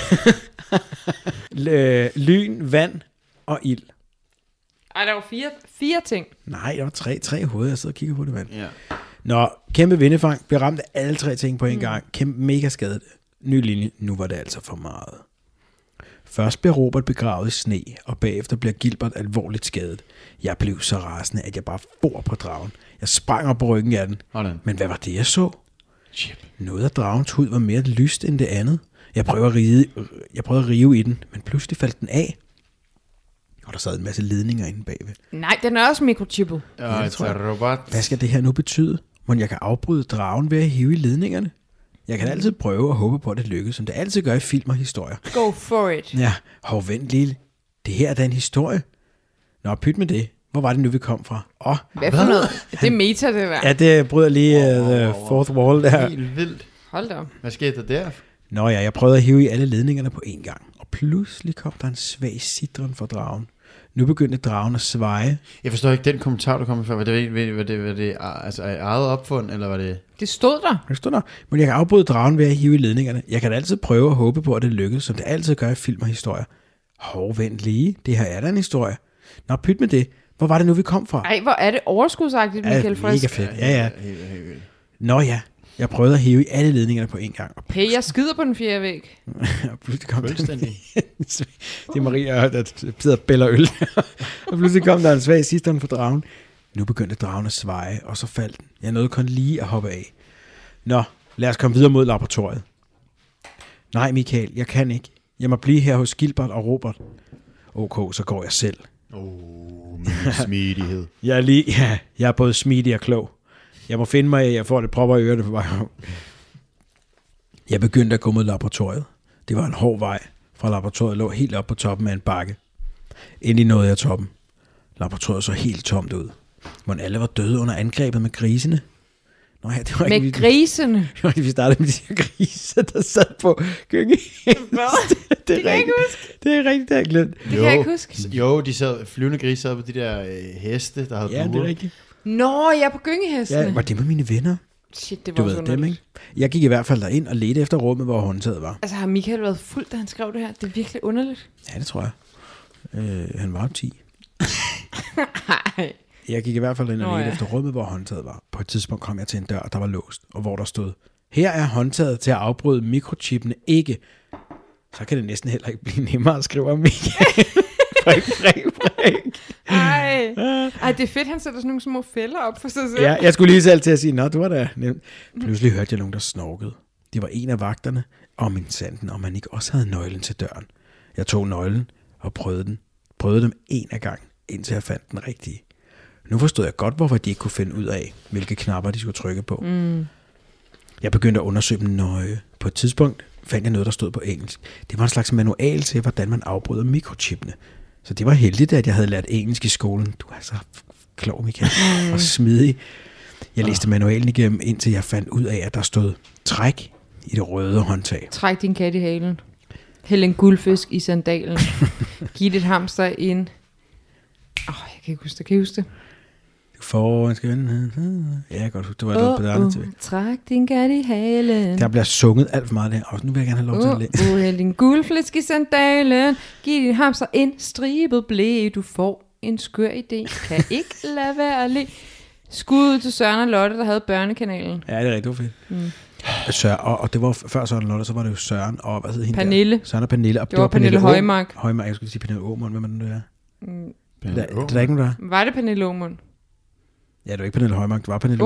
ild. Lyn, vand og ild. Ej, der var fire ting. Nej, der var tre hoveder. Jeg sidder og kigger på det, vand. Ja. Nå, kæmpe vindefang. Bliver ramt af alle 3 ting på en gang. Kæmpe mega skadet. Ny linje. Nu var det altså for meget. Først bliver Robert begravet i sne, og bagefter bliver Gilbert alvorligt skadet. Jeg blev så rasende, at jeg bare for på dragen. Jeg sprang op på ryggen af den. Men hvad var det, jeg så? Noget af dragens hud var mere lyst end det andet. Jeg prøvede at rive i den, men pludselig faldt den af. Og der sad en masse ledninger inde bagved. Nej, den er også mikrochippet. Hvad skal det her nu betyde? Må jeg kan afbryde dragen ved at hive i ledningerne? Jeg kan altid prøve og håbe på, at det lykkes, som det altid gør i film og historier. Go for it. Ja, vent lige. Det her er da en historie. Nå, pyt med det. Hvor var det nu, vi kom fra? Hvad for noget? Det er meta, det der. Ja, det bryder lige the fourth wall der. Helt vildt. Hold da op. Hvad skete der der? Nå ja, jeg prøvede at hive i alle ledningerne på én gang. Og pludselig kom der en svag sidren fra dragen. Nu begyndte dragen at sveje. Jeg forstår ikke den kommentar, du kom med før. Var det altså eget opfund, eller var det... Det stod der. Det stod der. Men jeg kan afbryde dragen ved at hive i ledningerne. Jeg kan altid prøve at håbe på, at det lykkes, som det altid gør i film og historier. Vent lige. Det her er da en historie. Nå, pyt med det. Hvor var det nu, vi kom fra? Ej, hvor er det overskudsagtigt, Michael Frisk. Mega fedt. Ja. Nå ja. Jeg prøvede at hive i alle ledningerne på en gang. Hey, jeg skider på den fjerde væg. Og pludselig kom det er Maria, der sidder og bæller øl. Og pludselig kom der en svag sidste for dragen. Nu begyndte dragen at sveje, og så faldt den. Jeg nåede kun lige at hoppe af. Nå, lad os komme videre mod laboratoriet. Nej, Michael, jeg kan ikke. Jeg må blive her hos Gilbert og Robert. Okay, så går jeg selv. Min smidighed. Jeg er både smidig og klog. Jeg må finde mig, jeg får det propper i ørerne på vej. Jeg begyndte at gå mod laboratoriet. Det var en hård vej, fra laboratoriet lå helt op på toppen af en bakke. Endelig nåede jeg toppen. Laboratoriet så helt tomt ud. Mon alle var døde under angrebet med grisene. Nå ja, det var med ikke, grisene? Vi startede med de her grise, der sad på gyngehesten. Det kan jeg ikke huske. Det er rigtigt, det har jeg glemt. Det kan jeg ikke huske. Jo, de sad, flyvende grise sad på de der heste, der havde buer. Ja, det er rigtigt. Nå, jeg er på gyngehestene. Ja, var det med mine venner? Shit, det var du så ved dem, ikke? Jeg gik i hvert fald derind og ledte efter rummet, hvor håndtaget var. Altså, har Michael været fuld, da han skrev det her? Det er virkelig underligt. Ja, det tror jeg. Han var jo 10. Jeg gik i hvert fald ind og ledte efter rummet, hvor håndtaget var. På et tidspunkt kom jeg til en dør, der var låst, og hvor der stod: her er håndtaget til at afbryde mikrochippene ikke. Så kan det næsten heller ikke blive nemmere at skrive om Michael. Ej, det er fedt, han sætter sådan nogle små fælder op for sig selv. Ja, jeg skulle lige selv til at sige, nå, det var da nemt. Pludselig hørte jeg nogen, der snorkede. Det var en af vagterne, og min sanden, om man ikke også havde nøglen til døren. Jeg tog nøglen og prøvede dem en af gang, indtil jeg fandt den rigtige. Nu forstod jeg godt, hvorfor de ikke kunne finde ud af, hvilke knapper de skulle trykke på. Jeg begyndte at undersøge dem nøje. På et tidspunkt fandt jeg noget, der stod på engelsk. Det var en slags manual til, hvordan man afbryder mikrochippene. Så det var heldigt, at jeg havde lært engelsk i skolen. Du er så klog, Michael, og smidig. Jeg læste manualen igennem, indtil jeg fandt ud af, at der stod: træk i det røde håndtag. Træk din kat i halen. Hæld en guldfisk i sandalen. Giv dit hamster ind. Jeg kan ikke huske det. Kan I huske det? Foran skal vende. Ja, jeg kan godt huske, det var noget på det andet TV. Træk din kat i halen. Der bliver sunget alt for meget der. Og nu vil jeg gerne have lov til at læse. Hæld din guldfisk i sandalen. Giv dit hamster en stribet blæ. Du får en skør idé. Kan ikke lade være at le. Skud til Søren og Lotte, der havde børnekanalen. Ja, det er rigtig fedt. Søren, og det var før Søren og Lotte, så var det jo Søren og hvad hed hende Pernille. Der? Søren og Pernille. Og det var Pernille Højmark. Jeg skulle sige Pernille Aamund. Hvem er den, der? Det er der ikke nogen, der? Var det Pernille Aamund? Ja, det var ikke Pernille Højmark, det var Pernille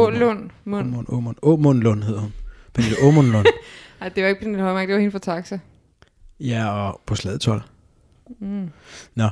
Aamund Lund hed hun. Pernille Aamund Lund. Nej, det var ikke Pernille Højmark, det var hende fra Taxa. Ja, og på Sladetol. Nå,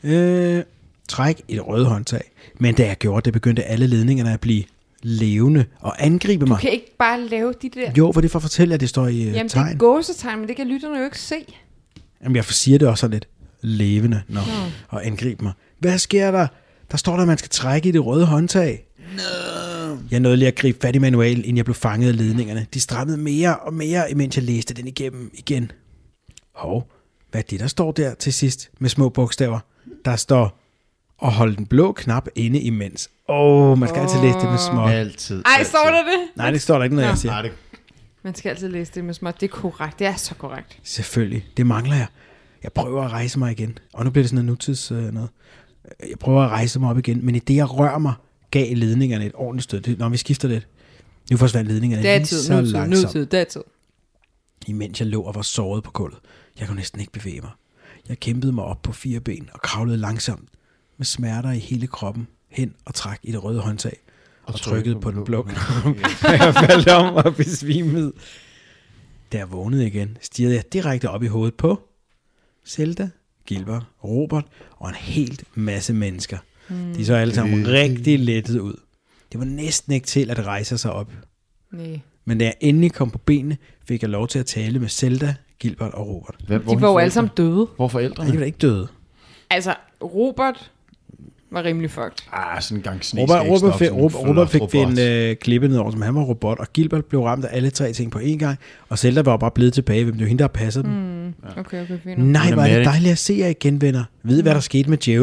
træk i det røde håndtag. Men da jeg gjorde det, begyndte alle ledningerne at blive levende og angribe mig. Du kan ikke bare lave de der... Jo, for det er for at fortælle, at det står i Jamen, tegn. det er gåsetegn, men det kan lytterne jo ikke se. Jamen, jeg siger det også lidt levende og angribe mig. Hvad sker der? Der står der, at man skal trække i det røde håndtag. No. Jeg nåede lige at gribe fat i manualen, inden jeg blev fanget af ledningerne. De strammede mere og mere, imens jeg læste den igennem igen. Hvad er det, der står der til sidst med små bogstaver? Der står: og hold den blå knap inde imens. Man skal altid læse det med små. Altid. Ej, står der det? Nej, det står der ikke, når jeg siger. Nej, det... Man skal altid læse det med små. Det er korrekt. Det er så korrekt. Selvfølgelig. Det mangler jeg. Jeg prøver at rejse mig igen. Og nu bliver det sådan noget nutids noget. Jeg prøver at rejse mig op igen, men i det, jeg rører mig, gav ledningerne et ordentligt stød. Når vi skifter lidt. Nu forsvandt ledningerne lige så langsomt. Det er tid. Imens jeg lå og var såret på gulvet. Jeg kunne næsten ikke bevæge mig. Jeg kæmpede mig op på 4 ben og kravlede langsomt med smerter i hele kroppen hen og trak i det røde håndtag og trykkede på den blå knap. Jeg faldt om og besvimede. Da jeg vågnede igen, stirrede jeg direkte op i hovedet på Zelda, Gilbert, Robert og en helt masse mennesker. De så alle sammen rigtig lettet ud. Det var næsten ikke til at rejse sig op. Nej. Men da jeg endelig kom på benene, fik jeg lov til at tale med Zelda, Gilbert og Robert. De var jo alle sammen døde. Hvor forældrene? De var ikke døde. Altså, Robert var rimelig fucked. Sådan en gang Robert fik en klippe nedover, som han var robot, og Gilbert blev ramt af alle 3 ting på én gang, og Zelda var bare blevet tilbage, hvem det var hende, der passede dem. Okay, fint. Nej, var det dejligt at se jer igen, venner. Ved hvad der skete med djævlen?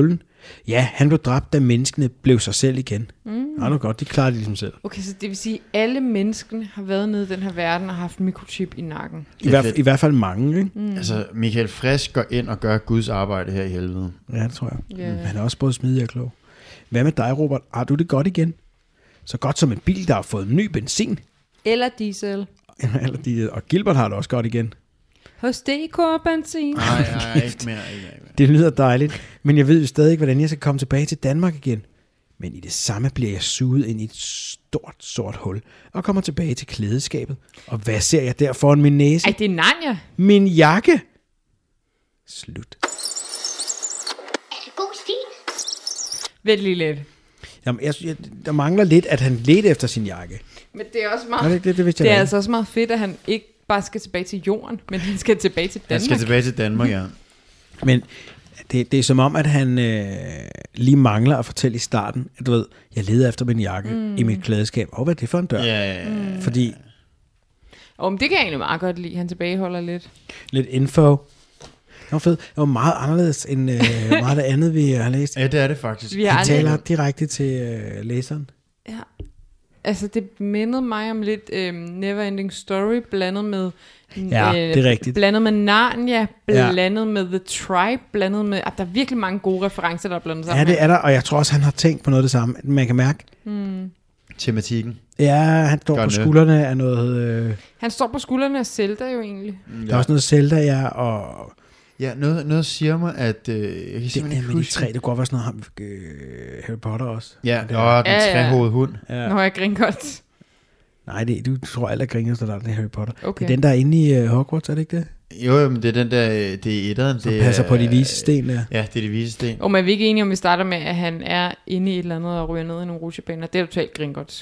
Ja, han blev dræbt, da menneskene blev sig selv igen. Ja, nu godt, de klarer det ligesom selv. Okay, så det vil sige, at alle menneskene har været nede i den her verden og haft mikrochip i nakken. I hvert fald mange, ikke? Altså, Michael Frisk går ind og gør Guds arbejde her i helvede. Ja, det tror jeg. Yeah. Han er også både smidig og klog. Hvad med dig, Robert? Har du det godt igen? Så godt som en bil, der har fået ny benzin. Eller diesel. Og Gilbert har det også godt igen. Hos DK Benzin. Nej, ikke mere. Det lyder dejligt, men jeg ved jo stadig ikke, hvordan jeg skal komme tilbage til Danmark igen. Men i det samme bliver jeg suget ind i et stort, sort hul, og kommer tilbage til klædeskabet. Og hvad ser jeg der foran min næse? Ej, det er Narnia. Min jakke! Slut. God stil. Vent lige lidt. Jamen, der mangler lidt, at han ledte efter sin jakke. Men det er også meget, det er altså også meget fedt, at han ikke bare skal tilbage til jorden, men han skal tilbage til Danmark. Han skal tilbage til Danmark, ja. Men det er som om, at han lige mangler at fortælle i starten, at du ved, jeg leder efter min jakke i mit klædeskab. Og hvad er det for en dør? Ja. Fordi... men det kan jeg egentlig meget godt lide. Han tilbageholder lidt. Lidt info. Det var fedt. Det var meget anderledes end meget af det andet, vi har læst. Ja, det er det faktisk. Han taler direkte til læseren. Ja. Altså, det mindede mig om lidt Neverending Story, blandet med... Ja, det er rigtigt. Blandet med Narnia, blandet med The Tribe, blandet med... der er virkelig mange gode referencer, der er blandet sammen. Ja, det er der, og jeg tror også, han har tænkt på noget af det samme. Man kan mærke. Tematikken. Ja, han står på skuldrene af noget... Han står på skuldrene af Zelda jo egentlig. Der er også noget Zelda, ja, og... Ja, noget siger mig, at... jeg kan simpelthen ikke huske. Det kunne godt være sådan noget Harry Potter også. Ja, og den trehovede hund. Ja. Nå, jeg griner godt. Nej, du tror alt er griner, så der er Harry Potter. Okay. Det er den, der er inde i Hogwarts, er det ikke det? Jo, men det er den der... Det er etteren. Som passer på de vise sten der. Ja, det er de vise sten. Og man er vi ikke enige om, vi starter med, at han er inde i et eller andet og ryger ned i nogle rutsjebaner. Det er totalt griner godt.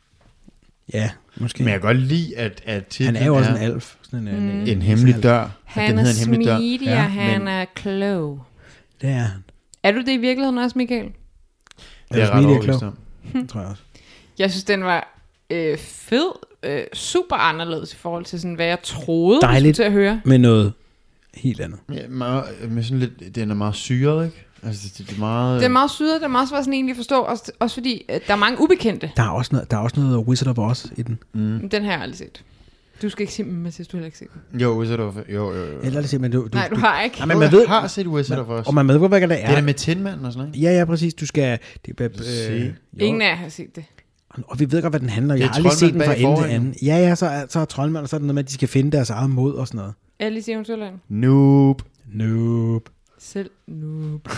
Ja, måske. Men jeg kan godt lide, at titlen han er jo også en alf. Sådan en hemmelig dør. Han er smidig, og han er klog. Det er han. Er du det i virkeligheden også, Michael? Det er ret overbevist om. Tror jeg også. Jeg synes, den var fed. Super anderledes i forhold til, sådan, hvad jeg troede, dejligt til at høre. Med noget helt andet. Ja, med sådan lidt, den er meget syret, ikke? Altså, det er meget... Det er meget syret, det er meget svært sådan egentlig at forstå, også fordi der er mange ubekendte. Der er også noget Wizard of Oz i den. Den har jeg aldrig set. Du skal ikke se den, Mathias, du har heller ikke set den. Jo, Wizard of Oz. Jo. Men nej, du har ikke. Nej, men man har set Wizard of Oz. Og man ved, hvad det er. Det er med Tinman og sådan noget. Ja, præcis. Du skal... Ingen af jer har set det. Og vi ved godt, hvad den handler om. Jeg har aldrig set den fra ende til anden. Ja, så er troldmand, og så er det noget med, at de skal finde deres eget mod og sådan noget. Alice i Eventyrland. Noob. Selv noob.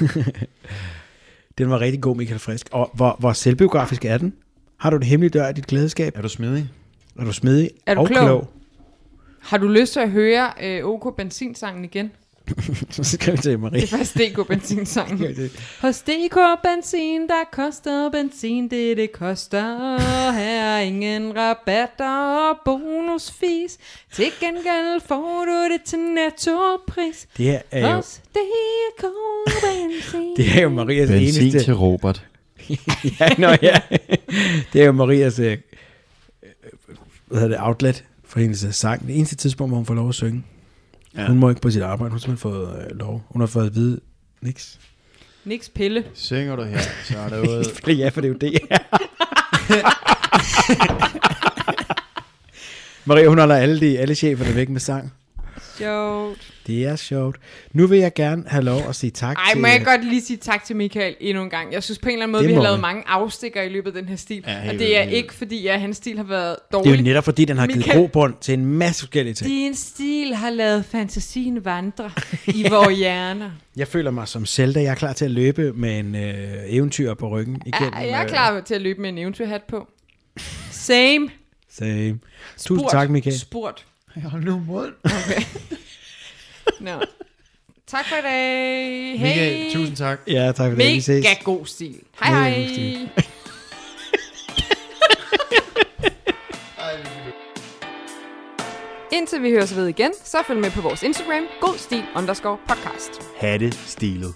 Den var rigtig god, Michael Frisk. Og hvor selvbiografisk er den? Har du en hemmelig dør i dit glædeskab? Er du smidig? Er du klog? Har du lyst til at høre OK Benzinsangen igen? Så skal vi til Marie. Det er faktisk DK Benzinsangen. Hos DK Benzin, der koster benzin det koster. Her er ingen rabatter og bonusfis. Til gengæld får du det til nettopris. Det er jo... Hos DK Benzin. Det er jo Marias eneste... Benzin til Robert. ja. Det er jo Marias outlet for hendes sang. Det eneste tidspunkt, hvor hun får lov at synge. Ja. Hun må ikke på sit arbejde. Hun har simpelthen fået lov. Hun har fået at vide niks. Niks pille. Synger du her, så er det ude. Ja, for det er jo det. Maria, hun holder alle cheferne væk med sang. Sjovt. Det er sjovt. Nu vil jeg gerne have lov at sige tak til... Må jeg godt lige sige tak til Michael endnu en gang. Jeg synes på en eller anden måde, vi har lavet mange afstikker i løbet af den her stil. Ja, og det er ikke fordi, at hans stil har været dårlig. Det er jo netop fordi, den har givet grobund til en masse forskellige ting. Din stil har lavet fantasien vandre i vores hjerner. Jeg føler mig som Zelda. Jeg er klar til at løbe med en eventyr på ryggen igen. Ja, jeg er klar til at løbe med en eventyrhat på. Same. Tusind tak, Michael. Spurt. Hold nu mod. Okay. No. Tak for i dag. Hey. Michael, tusind tak. Ja, tak for det. Vi ses. Mega god stil. Hej. Indtil vi høres ved igen, så følg med på vores Instagram, godstil_podcast. Ha' det stilet.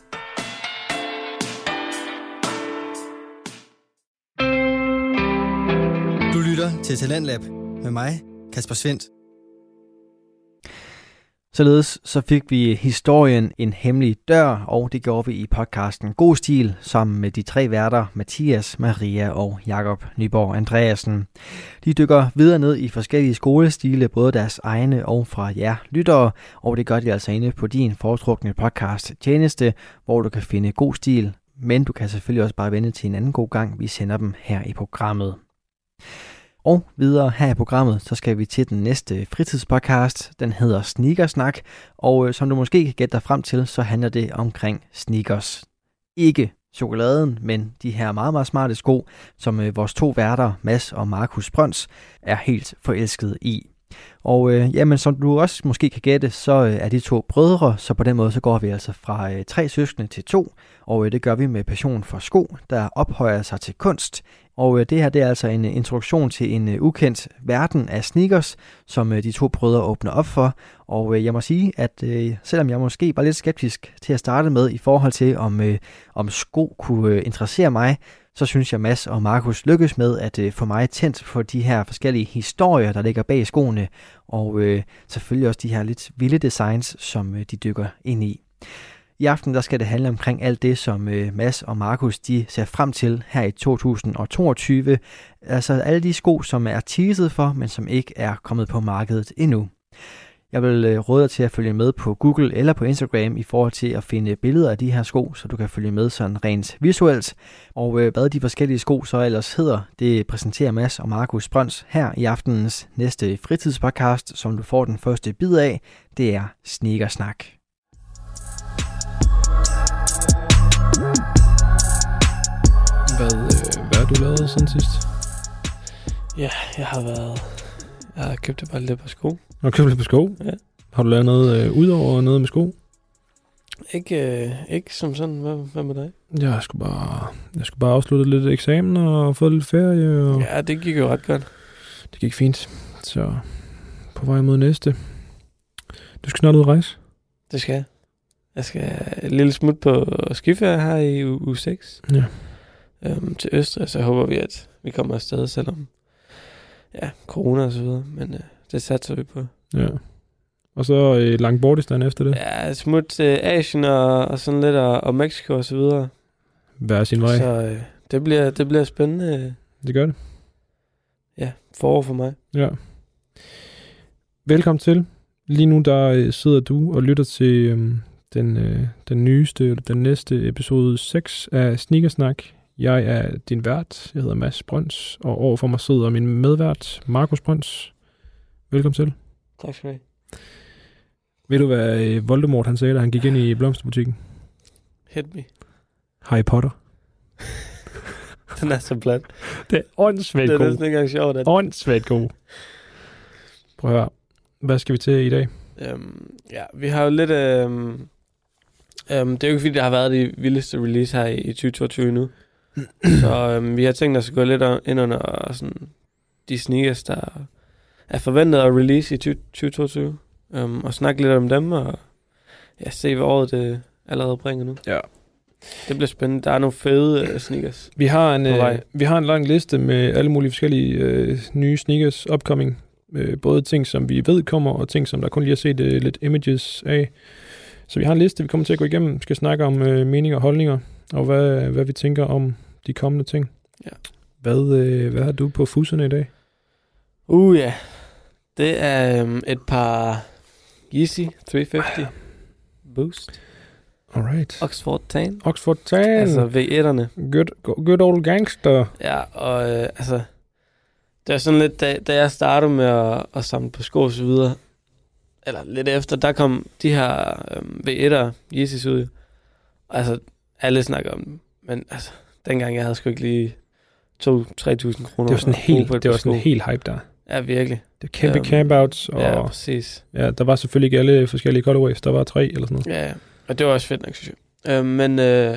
Du lytter til Talentlab med mig, Kasper Svendt. Således så fik vi historien En hemmelig dør, og det gjorde vi i podcasten God Stil, sammen med de 3 værter, Mathias, Maria og Jakob Nyborg Andreasen. De dykker videre ned i forskellige skolestile, både deres egne og fra jer lyttere, og det gør de altså inde på din foretrukne podcast tjeneste, hvor du kan finde God Stil, men du kan selvfølgelig også bare vente til en anden god gang, vi sender dem her i programmet. Og videre her i programmet, så skal vi til den næste fritidspodcast. Den hedder Sneakersnak, og som du måske kan gætte dig frem til, så handler det omkring sneakers. Ikke chokoladen, men de her meget, meget smarte sko, som vores 2 værter, Mads og Markus Brøns, er helt forelsket i. Og jamen, som du også måske kan gætte, så er de 2 brødre, så på den måde så går vi altså fra 3 søskende til 2, og det gør vi med passion for sko, der ophøjer sig til kunst. Og det her, det er altså en introduktion til en ukendt verden af sneakers, som de 2 brødre åbner op for. Og jeg må sige, at selvom jeg måske var lidt skeptisk til at starte med i forhold til, om sko kunne interessere mig, så synes jeg, Mads og Markus lykkes med at få mig tændt for de her forskellige historier, der ligger bag skoene, og selvfølgelig også de her lidt vilde designs, som de dykker ind i. I aften der skal det handle omkring alt det, som Mads og Markus de ser frem til her i 2022. Altså alle de sko, som er teaset for, men som ikke er kommet på markedet endnu. Jeg vil råde dig til at følge med på Google eller på Instagram i forhold til at finde billeder af de her sko, så du kan følge med sådan rent visuelt. Og hvad de forskellige sko så ellers hedder, det præsenterer Mads og Markus Brøns her i aftenens næste fritidspodcast, som du får den første bid af. Det er Sneakersnak. Hvad har du lavet siden sidst? Ja, jeg har købt bare lidt på sko. Har du købt lidt på sko? Ja. Har du lavet noget udover noget med sko? Ikke som sådan. Hvad med dig? Jeg skulle bare afslutte lidt eksamen og få lidt ferie. Og ja, det gik jo ret godt. Det gik fint. Så på vej mod næste. Du skal snart ud og rejse? Det skal jeg. Jeg skal et lille smut på skiferie her i uge 6. Ja. Til Østrig, så håber vi, at vi kommer afsted, selvom corona og så videre, men det satser vi på. Ja. Og så Langbordistan efter det? Ja, smut til Asien og sådan lidt, og Mexico og så videre. Hver sin vej. Så det bliver spændende. Det gør det. Ja, forår for mig. Ja. Velkommen til. Lige nu der sidder du og lytter til den nyeste, eller den næste episode 6 af Sneakersnak. Jeg er din vært. Jeg hedder Mads Brøns, og overfor mig sidder min medvært, Markus Brøns. Velkommen til. Tak skal du have. Ved du, hvad Voldemort han sagde, da han gik ind i blomsterbutikken? Hit me. Harry Potter. Den er så plat. Det er åndssvagt god. Det er næsten ikke engang sjovt. Åndssvagt god. Prøv at høre. Hvad skal vi til i dag? Vi har jo lidt... det er jo ikke fordi, der har været de vildeste release her i 2022 nu. Så vi har tænkt os at gå lidt ind under sådan, de sneakers, der er forventet at release i 2022. Og snakke lidt om dem, og se hvad året det allerede bringer nu. Ja. Det bliver spændende. Der er nogle fede sneakers. Vi har en lang liste med alle mulige forskellige nye sneakers upcoming. Både ting, som vi ved kommer, og ting, som der kun lige har set lidt images af. Så vi har en liste, vi kommer til at gå igennem. Vi skal snakke om meninger og holdninger, og hvad vi tænker om de kommende ting. Ja. Hvad har du på fusserne i dag? Ja. Det er et par Yeezy 350 Boost. Alright. Oxford Tan. Oxford Tan. Altså V1'erne. Good old gangster. Ja, og det er sådan lidt, da jeg startede med at samle på sko og så videre, eller lidt efter, der kom de her V1'er Yeezys ud. Altså, alle snakker om dem. Men altså, dengang jeg havde sgu ikke lige 2-3.000 kroner. Det var sådan en helt hype der. Ja, virkelig. Det var kæmpe campouts. Og ja, præcis. Ja, der var selvfølgelig ikke alle forskellige colorways. Der var 3 eller sådan noget. Ja, og det var også fedt nok, synes jeg. Men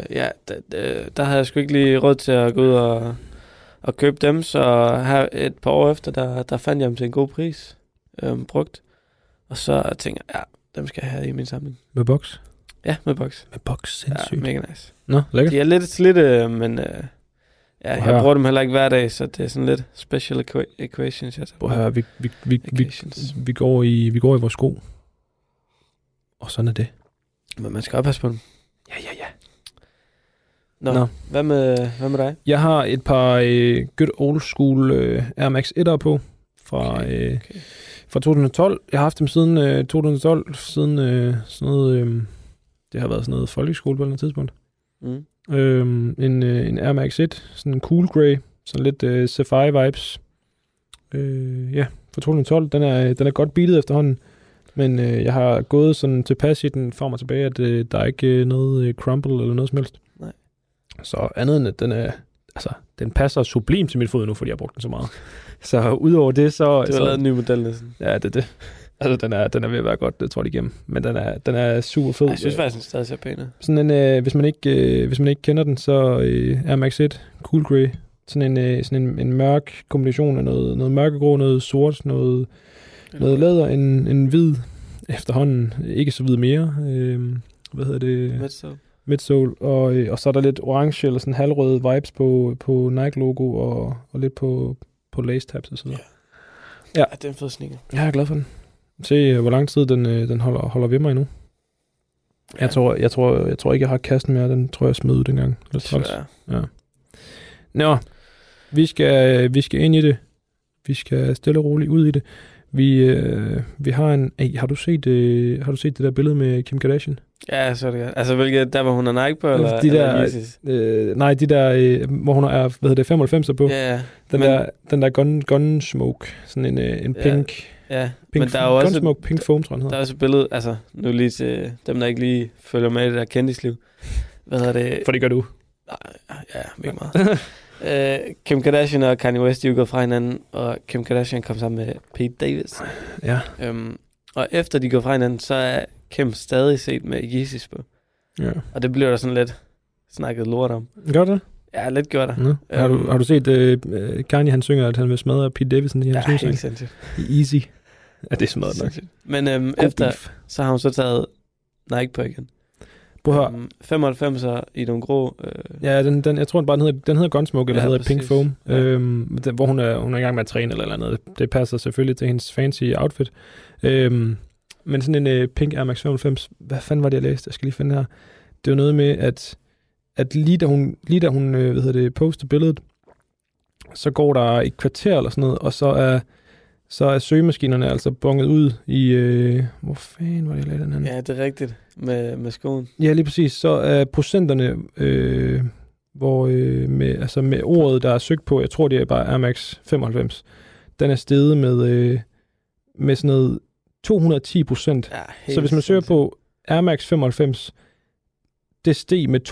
der havde jeg sgu ikke lige råd til at gå ud og købe dem. Så her et par år efter, der fandt jeg dem til en god pris. Brugt. Og så tænkte jeg, dem skal jeg have i min samling. Med boks? Ja, med boks. Med boks, sindssygt. Ja, mega nice. Nå, lækkert. De er lidt slidte, men jeg bruger dem heller ikke hver dag, så det er sådan lidt special equations. Vi går i vores sko. Og sådan er det. Men man skal også passe på den. Ja. Nå. Hvad med dig? Jeg har et par good old school Air Max 1'ere på fra 2012. Jeg har haft dem siden 2012, siden sådan noget, det har været sådan noget folkeskole på et eller andet tidspunkt. En Air Max 1, sådan en cool grey, sådan lidt Safari vibes. Fra 2012, den er godt beatet efterhånden, men jeg har gået sådan tilpas i den frem og tilbage, at der er ikke noget crumple eller noget som helst. Nej. Så andet end, at den passer sublim til mit fod nu, fordi jeg har brugt den så meget. Så udover det, så... Du har lavet en ny model næsten. Ja, det er det. Altså, den er ved at være godt, det tror jeg igennem. Men den er super fed. Jeg synes faktisk, den stadig ser pæn. Sådan en, hvis man ikke kender den, så Air Max 1 Cool Grey. Sådan en mørk kombination af noget mørkegrå, noget sort, noget læder, en hvid efterhånden. Ikke så hvid mere. Hvad hedder det? Midsole. Og så er der lidt orange eller sådan halvrøde vibes på Nike-logo og lidt på lace tabs og sådan noget. Ja, det er en fed sneaker. Jeg er glad for den. Se, hvor lang tid den holder ved mig endnu. Ja. Jeg tror ikke, jeg har kasten mere. Den tror jeg smed ud dengang. Ja. Nå, vi skal ind i det. Vi skal stille og roligt ud i det. Vi har en... Har du set det der billede med Kim Kardashian? Ja, så er det godt. Altså, hvilket der, hvor hun har Nike på, eller nej, de der, hvor hun er, 95'er på. Ja. Den der gun smoke. Sådan en pink... Ja, pink, men der er jo også... Gunsmoke, pink foam, tror jeg, der er også et billede, altså, nu lige til dem, der ikke lige følger med i det der kendisliv. Hvad hedder det? For det gør du. Nej, ja, ikke meget. Kim Kardashian og Kanye West, de er jo gået fra hinanden, og Kim Kardashian kom sammen med Pete Davidson. Ja. Og efter de går fra hinanden, så er Kim stadig set med Yeezys på. Ja. Og det bliver der sådan lidt snakket lort om. Gør det? Ja, lidt gør der. Ja. Har du set Kanye, han synger, at han vil smadre Pete Davidson i hans helt sindssygt. Easy. Ja, det er smadret nok. Men efter, så har hun så taget Nike på igen. 95'er i nogle grå... Ja, jeg tror bare, den hedder Gunsmoke, eller hedder Pink Foam, hvor hun er i gang med at træne eller andet. Det passer selvfølgelig til hendes fancy outfit. Men sådan en Pink Air Max 95, hvad fanden var det, jeg læste? Jeg skal lige finde her. Det var noget med, at lige da hun postede billedet, så går der et kvarter eller sådan noget, og så er søgemaskinerne altså bonget ud i... hvor fanden var det, jeg lagde den her? Ja, det er rigtigt. Med skoen. Ja, lige præcis. Så er procenterne, med ordet, der er søgt på, jeg tror, det er bare Air Max 95, den er steget med sådan noget 210%. Ja, så hvis man søger på Air Max 95, det steg med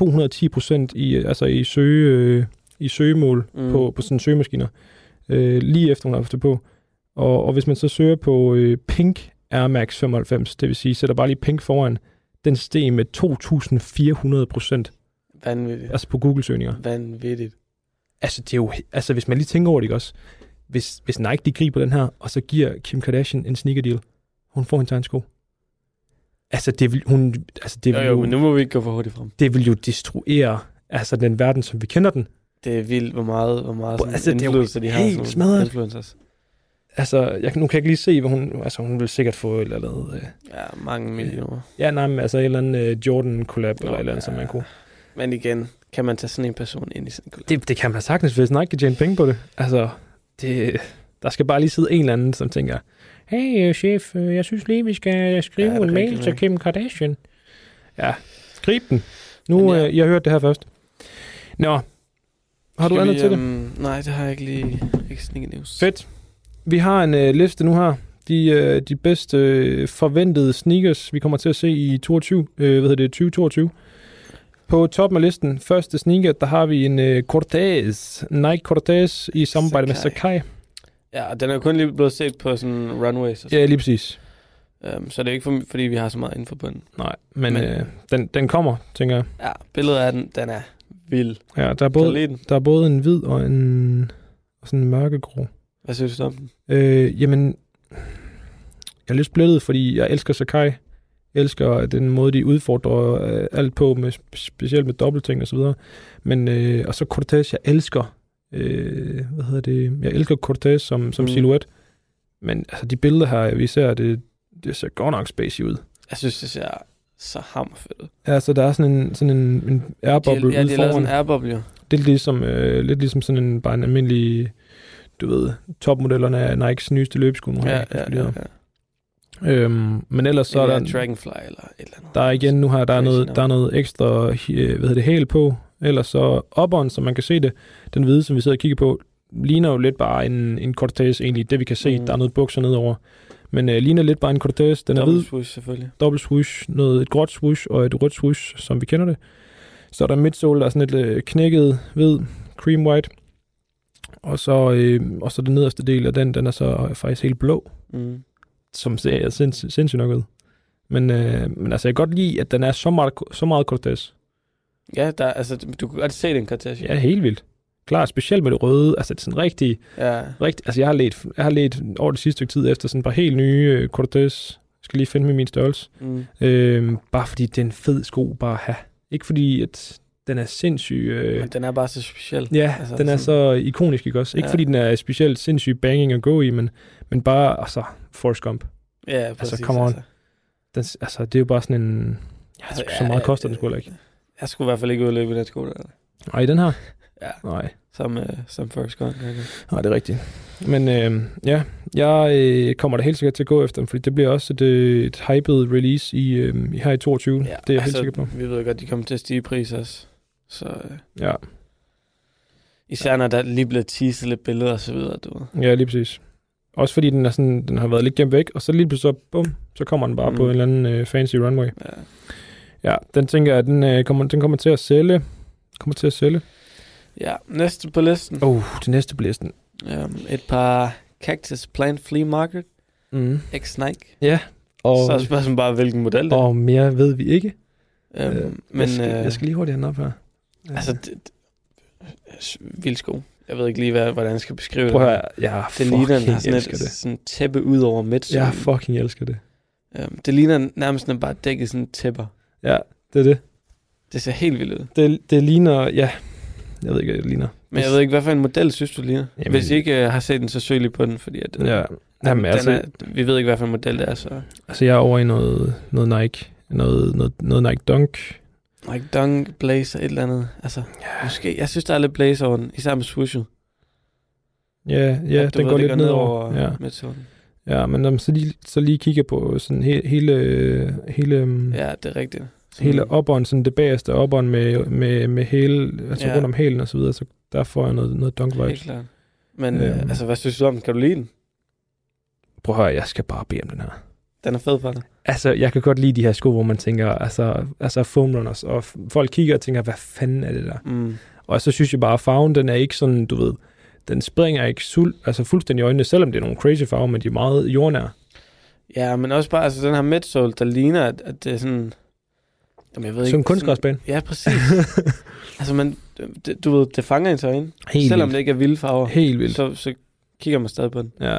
210% i søgemål på sådan søgemaskiner, lige efter hun har haft det på. Og hvis man så søger på Pink Air Max 95, det vil sige, sætter bare lige Pink foran, den steg med 2.400%. Vanvittigt. Altså på Google-søgninger. Vanvittigt. Altså, det er jo, altså, hvis man lige tænker over det, ikke også? Hvis Nike, de griber den her, og så giver Kim Kardashian en sneaker deal, hun får hendes egen sko. Altså, det vil hun... Altså, det vil jo, men nu må vi ikke gå for hurtigt frem. Det vil jo destruere altså, den verden, som vi kender den. Det er vildt, hvor meget altså, influencer de har. Helt smadret. Influencers. Altså, nu kan jeg ikke lige se, hvad hun vil sikkert få et eller andet... Ja, mange millioner. Ja, nej, men altså et eller andet Jordan-collab eller et eller andet, som man kunne... Men igen, kan man tage sådan en person ind i sådan en collab? Det kan man sagtens, hvis Nike kan tjene penge på det. Altså, der skal bare lige sidde en eller anden, som tænker, hey chef, jeg synes lige, vi skal skrive en mail til Kim Kardashian. Ja, skriv den. Nu, I har hørt det her først. Nå, har du andet til det? Nej, det har jeg ikke lige. Ikke sneaker news. Fedt. Vi har en liste nu her. De bedste forventede sneakers, vi kommer til at se i 2022. På toppen af listen, første sneaker, der har vi en Cortez. Nike Cortez i samarbejde med Sacai. Ja, og den er jo kun lige blevet set på sådan runways. Ja, lige præcis. Så det er ikke fordi, vi har så meget info på den. Nej, men den kommer, tænker jeg. Ja, billedet af den er vild. Ja, der er både en hvid og en sådan en mørkegrå. Hvad synes du om den? Jamen, jeg er lidt splittet, fordi jeg elsker Sacai. Jeg elsker den måde, de udfordrer alt på, med, specielt med dobbeltting og så videre. Men, og så Cortez, jeg elsker, jeg elsker Cortez som silhouette. Men altså, de billeder her, vi ser, det ser godt nok spacey ud. Jeg synes, det ser så hammerfedt ud. Ja, så der er sådan en airboble ude foran. Ja, det er lavet sådan en airboble, jo. Det er lidt ligesom sådan en, bare en almindelig, du ved, topmodellerne af Nikes nyeste løbesko. Ja. Men ellers så er der... Dragonfly eller et eller andet. Der er igen nu her, der er noget ekstra, hæl på. Ellers så upperen, som man kan se det, den hvide, som vi sidder og kigger på, ligner jo lidt bare en Cortez egentlig, det vi kan se. Der er noget bukser nedover. Men ligner lidt bare en Cortez. Den er hvid. Dobbelt swoosh, selvfølgelig. Dobbelt swoosh. Et gråt swoosh og et rødt swoosh, som vi kender det. Så er der midsole, der er sådan lidt knækket hvid, cream white. Og så den nederste del af den er så faktisk helt blå. Som ser sindssygt nok ud. Men altså, jeg kan godt lide, at den er så meget Cortez. Ja, du kan godt se den Cortez. Ja, helt vildt. Klart, specielt med det røde. Altså, det er sådan rigtig... Altså, jeg har let over det sidste stykke tid efter sådan et par helt nye Cortez. Jeg skal lige finde min størrelse. Bare fordi det er en fed sko bare at have. Ikke fordi, at den er sindssyg... Men den er bare så speciel. Ja, altså, den er så ikonisk, ikke også? Ikke fordi den er specielt sindssyg banging at gå i, men bare, altså, Forrest Gump. Ja, præcis. Altså, come on. Altså, det er jo bare sådan en... så meget koster den sgu heller ikke. Jeg skulle i hvert fald ikke udløbe i den sko der. Nej, den her? Ja. Nej. Som Forrest Gump. Nej, det er rigtigt. Men jeg kommer da helt sikkert til at gå efter dem, fordi det bliver også et hyped release her i 22. Ja, det er jeg helt sikker på. Vi ved godt, de kommer til at stige i pris også. Så, ja. Især når der lige bliver teaset lidt billeder og så videre. Ja, lige præcis. Også fordi den har været lidt gemt væk, og så lige pludselig så kommer den bare på en eller anden fancy runway. Ja, den tænker jeg, den kommer til at sælge. Ja, næste på listen. Det næste på listen. Et par Cactus Plant Flea Market. X Nike. Ja. Og så er spørgsmålet bare, hvilken model det er. Og mere ved vi ikke. Men jeg skal lige hurtigt have den op her. Altså, vild sko. Jeg ved ikke lige, hvordan jeg skal beskrive det. Prøv at høre, jeg ligner sådan et tæppe ud over midtsolen. Jeg fucking elsker det. Det ligner nærmest bare dækket sådan tæpper. Ja, det er det. Det ser helt vildt ud. Det ligner, ja. Jeg ved ikke, hvad det ligner. Men jeg ved ikke, hvad for en model synes du ligner? Jamen, hvis I ikke har set den, så søg lige på den, fordi at, vi ved ikke, hvad for en model det er. Så. Altså, jeg er over i noget Nike. Noget Nike Dunk. Nike Dunk, Blazer, et eller andet. Altså, måske. Jeg synes, der er lidt Blazer over den, især med swooshet. Ja, den går lidt nedover. Ja, men når man så lige kigger på sådan hele ja, det er rigtigt. Hele upperen, sådan det bagerste upperen med hæle, altså rundt om hælen og så videre, så der får jeg noget dunk vibes. Helt klart. Men altså, hvad synes du om den? Kan du lide den? Prøv at høre, jeg skal bare bede om den her. Den er fed for dig. Altså, jeg kan godt lide de her sko, hvor man tænker, altså foam runners, og folk kigger og tænker, hvad fanden er det der? Og så synes jeg bare, at farven, den er ikke sådan, du ved, den springer ikke fuldstændig i øjnene, selvom det er nogle crazy farver, men de er meget jordnære. Ja, men også bare, altså den her midsole, der ligner, at det er sådan... Jamen, jeg ved sådan en kunstgræsbane. Ja, præcis. Altså, men du ved, det fanger ens øjne. Helt selvom vildt. Det ikke er vilde farver. Helt vildt. Så kigger man stadig på den. Ja.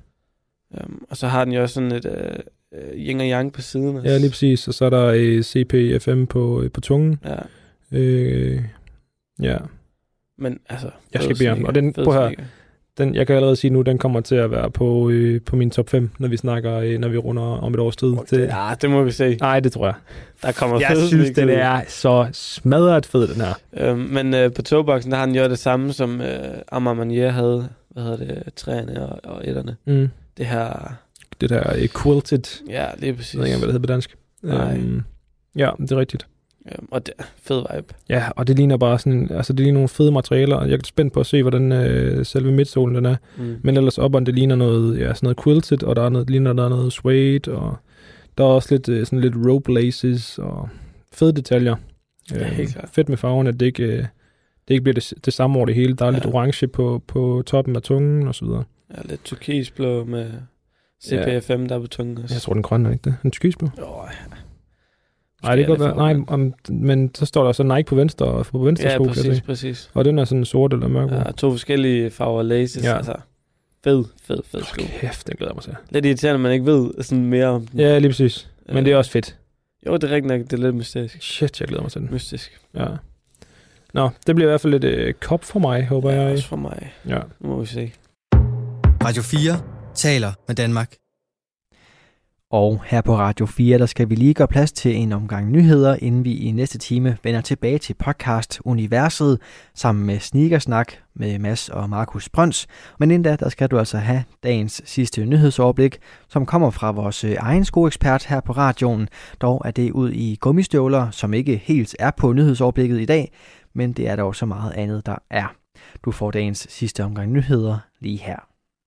Og så har den jo også sådan et yin og yang på siden. Ja, lige præcis. Og så er der CPFM på tungen. Ja. Ja. Men altså... Jeg skal bede om den. Og den, prøv her. Jeg kan allerede sige nu, den kommer til at være på min top 5, når vi runder om et års tid. Det må vi se. Nej, det tror jeg. Der kommer jeg synes, den er så smadret fed, den her. Men på togboksen, der har den gjort det samme, som Amarant Manière havde. Hvad hedder det? Træerne og etterne. Det her... Det der quilted. Ja, lige præcis. Jeg ved ikke, hvad det hedder på dansk. Ja, det er rigtigt. Og det er fed vibe. Ja, og det ligner bare sådan, altså det ligner nogle fede materialer, og jeg er spændt på at se, hvordan selve midtsolen den er. Men ellers opperen, det ligner noget, sådan noget quilted, og der er noget suede, og der er også lidt sådan lidt rope laces, og fede detaljer. Fedt med farverne, at det ikke bliver det samme over det hele. Der er lidt orange på toppen af tungen, og så videre. Ja, lidt turkisblå med CPFM der på tungen også. Jeg tror, den grønne er ikke det. En turkisblå? Nej, det kan godt være. Men så står der så Nike på venstre og på venstre sko. Ja, præcis. Og den er sådan sort eller mørk. Ja, 2 forskellige farver laces. Ja. Altså, fed sko. Kæft, den glæder mig til. Lidt irriterende, at man ikke ved sådan mere om den. Ja, lige præcis. Men det er også fedt. Jo, det er rigtigt nok. Det er lidt mystisk. Shit, jeg glæder mig til den. Mystisk. Ja. Nå, det bliver i hvert fald lidt kop for mig, håber jeg. Også for mig. Ja. Nu må vi se. Radio 4 taler med Danmark. Og her på Radio 4, der skal vi lige gøre plads til en omgang nyheder, inden vi i næste time vender tilbage til podcast Universet sammen med Sneakersnak med Mads og Markus Brøns. Men inden da, der skal du altså have dagens sidste nyhedsoverblik, som kommer fra vores egen skoekspert her på radioen. Dog er det ud i gummistøvler, som ikke helt er på nyhedsoverblikket i dag, men det er dog så meget andet, der er. Du får dagens sidste omgang nyheder lige her.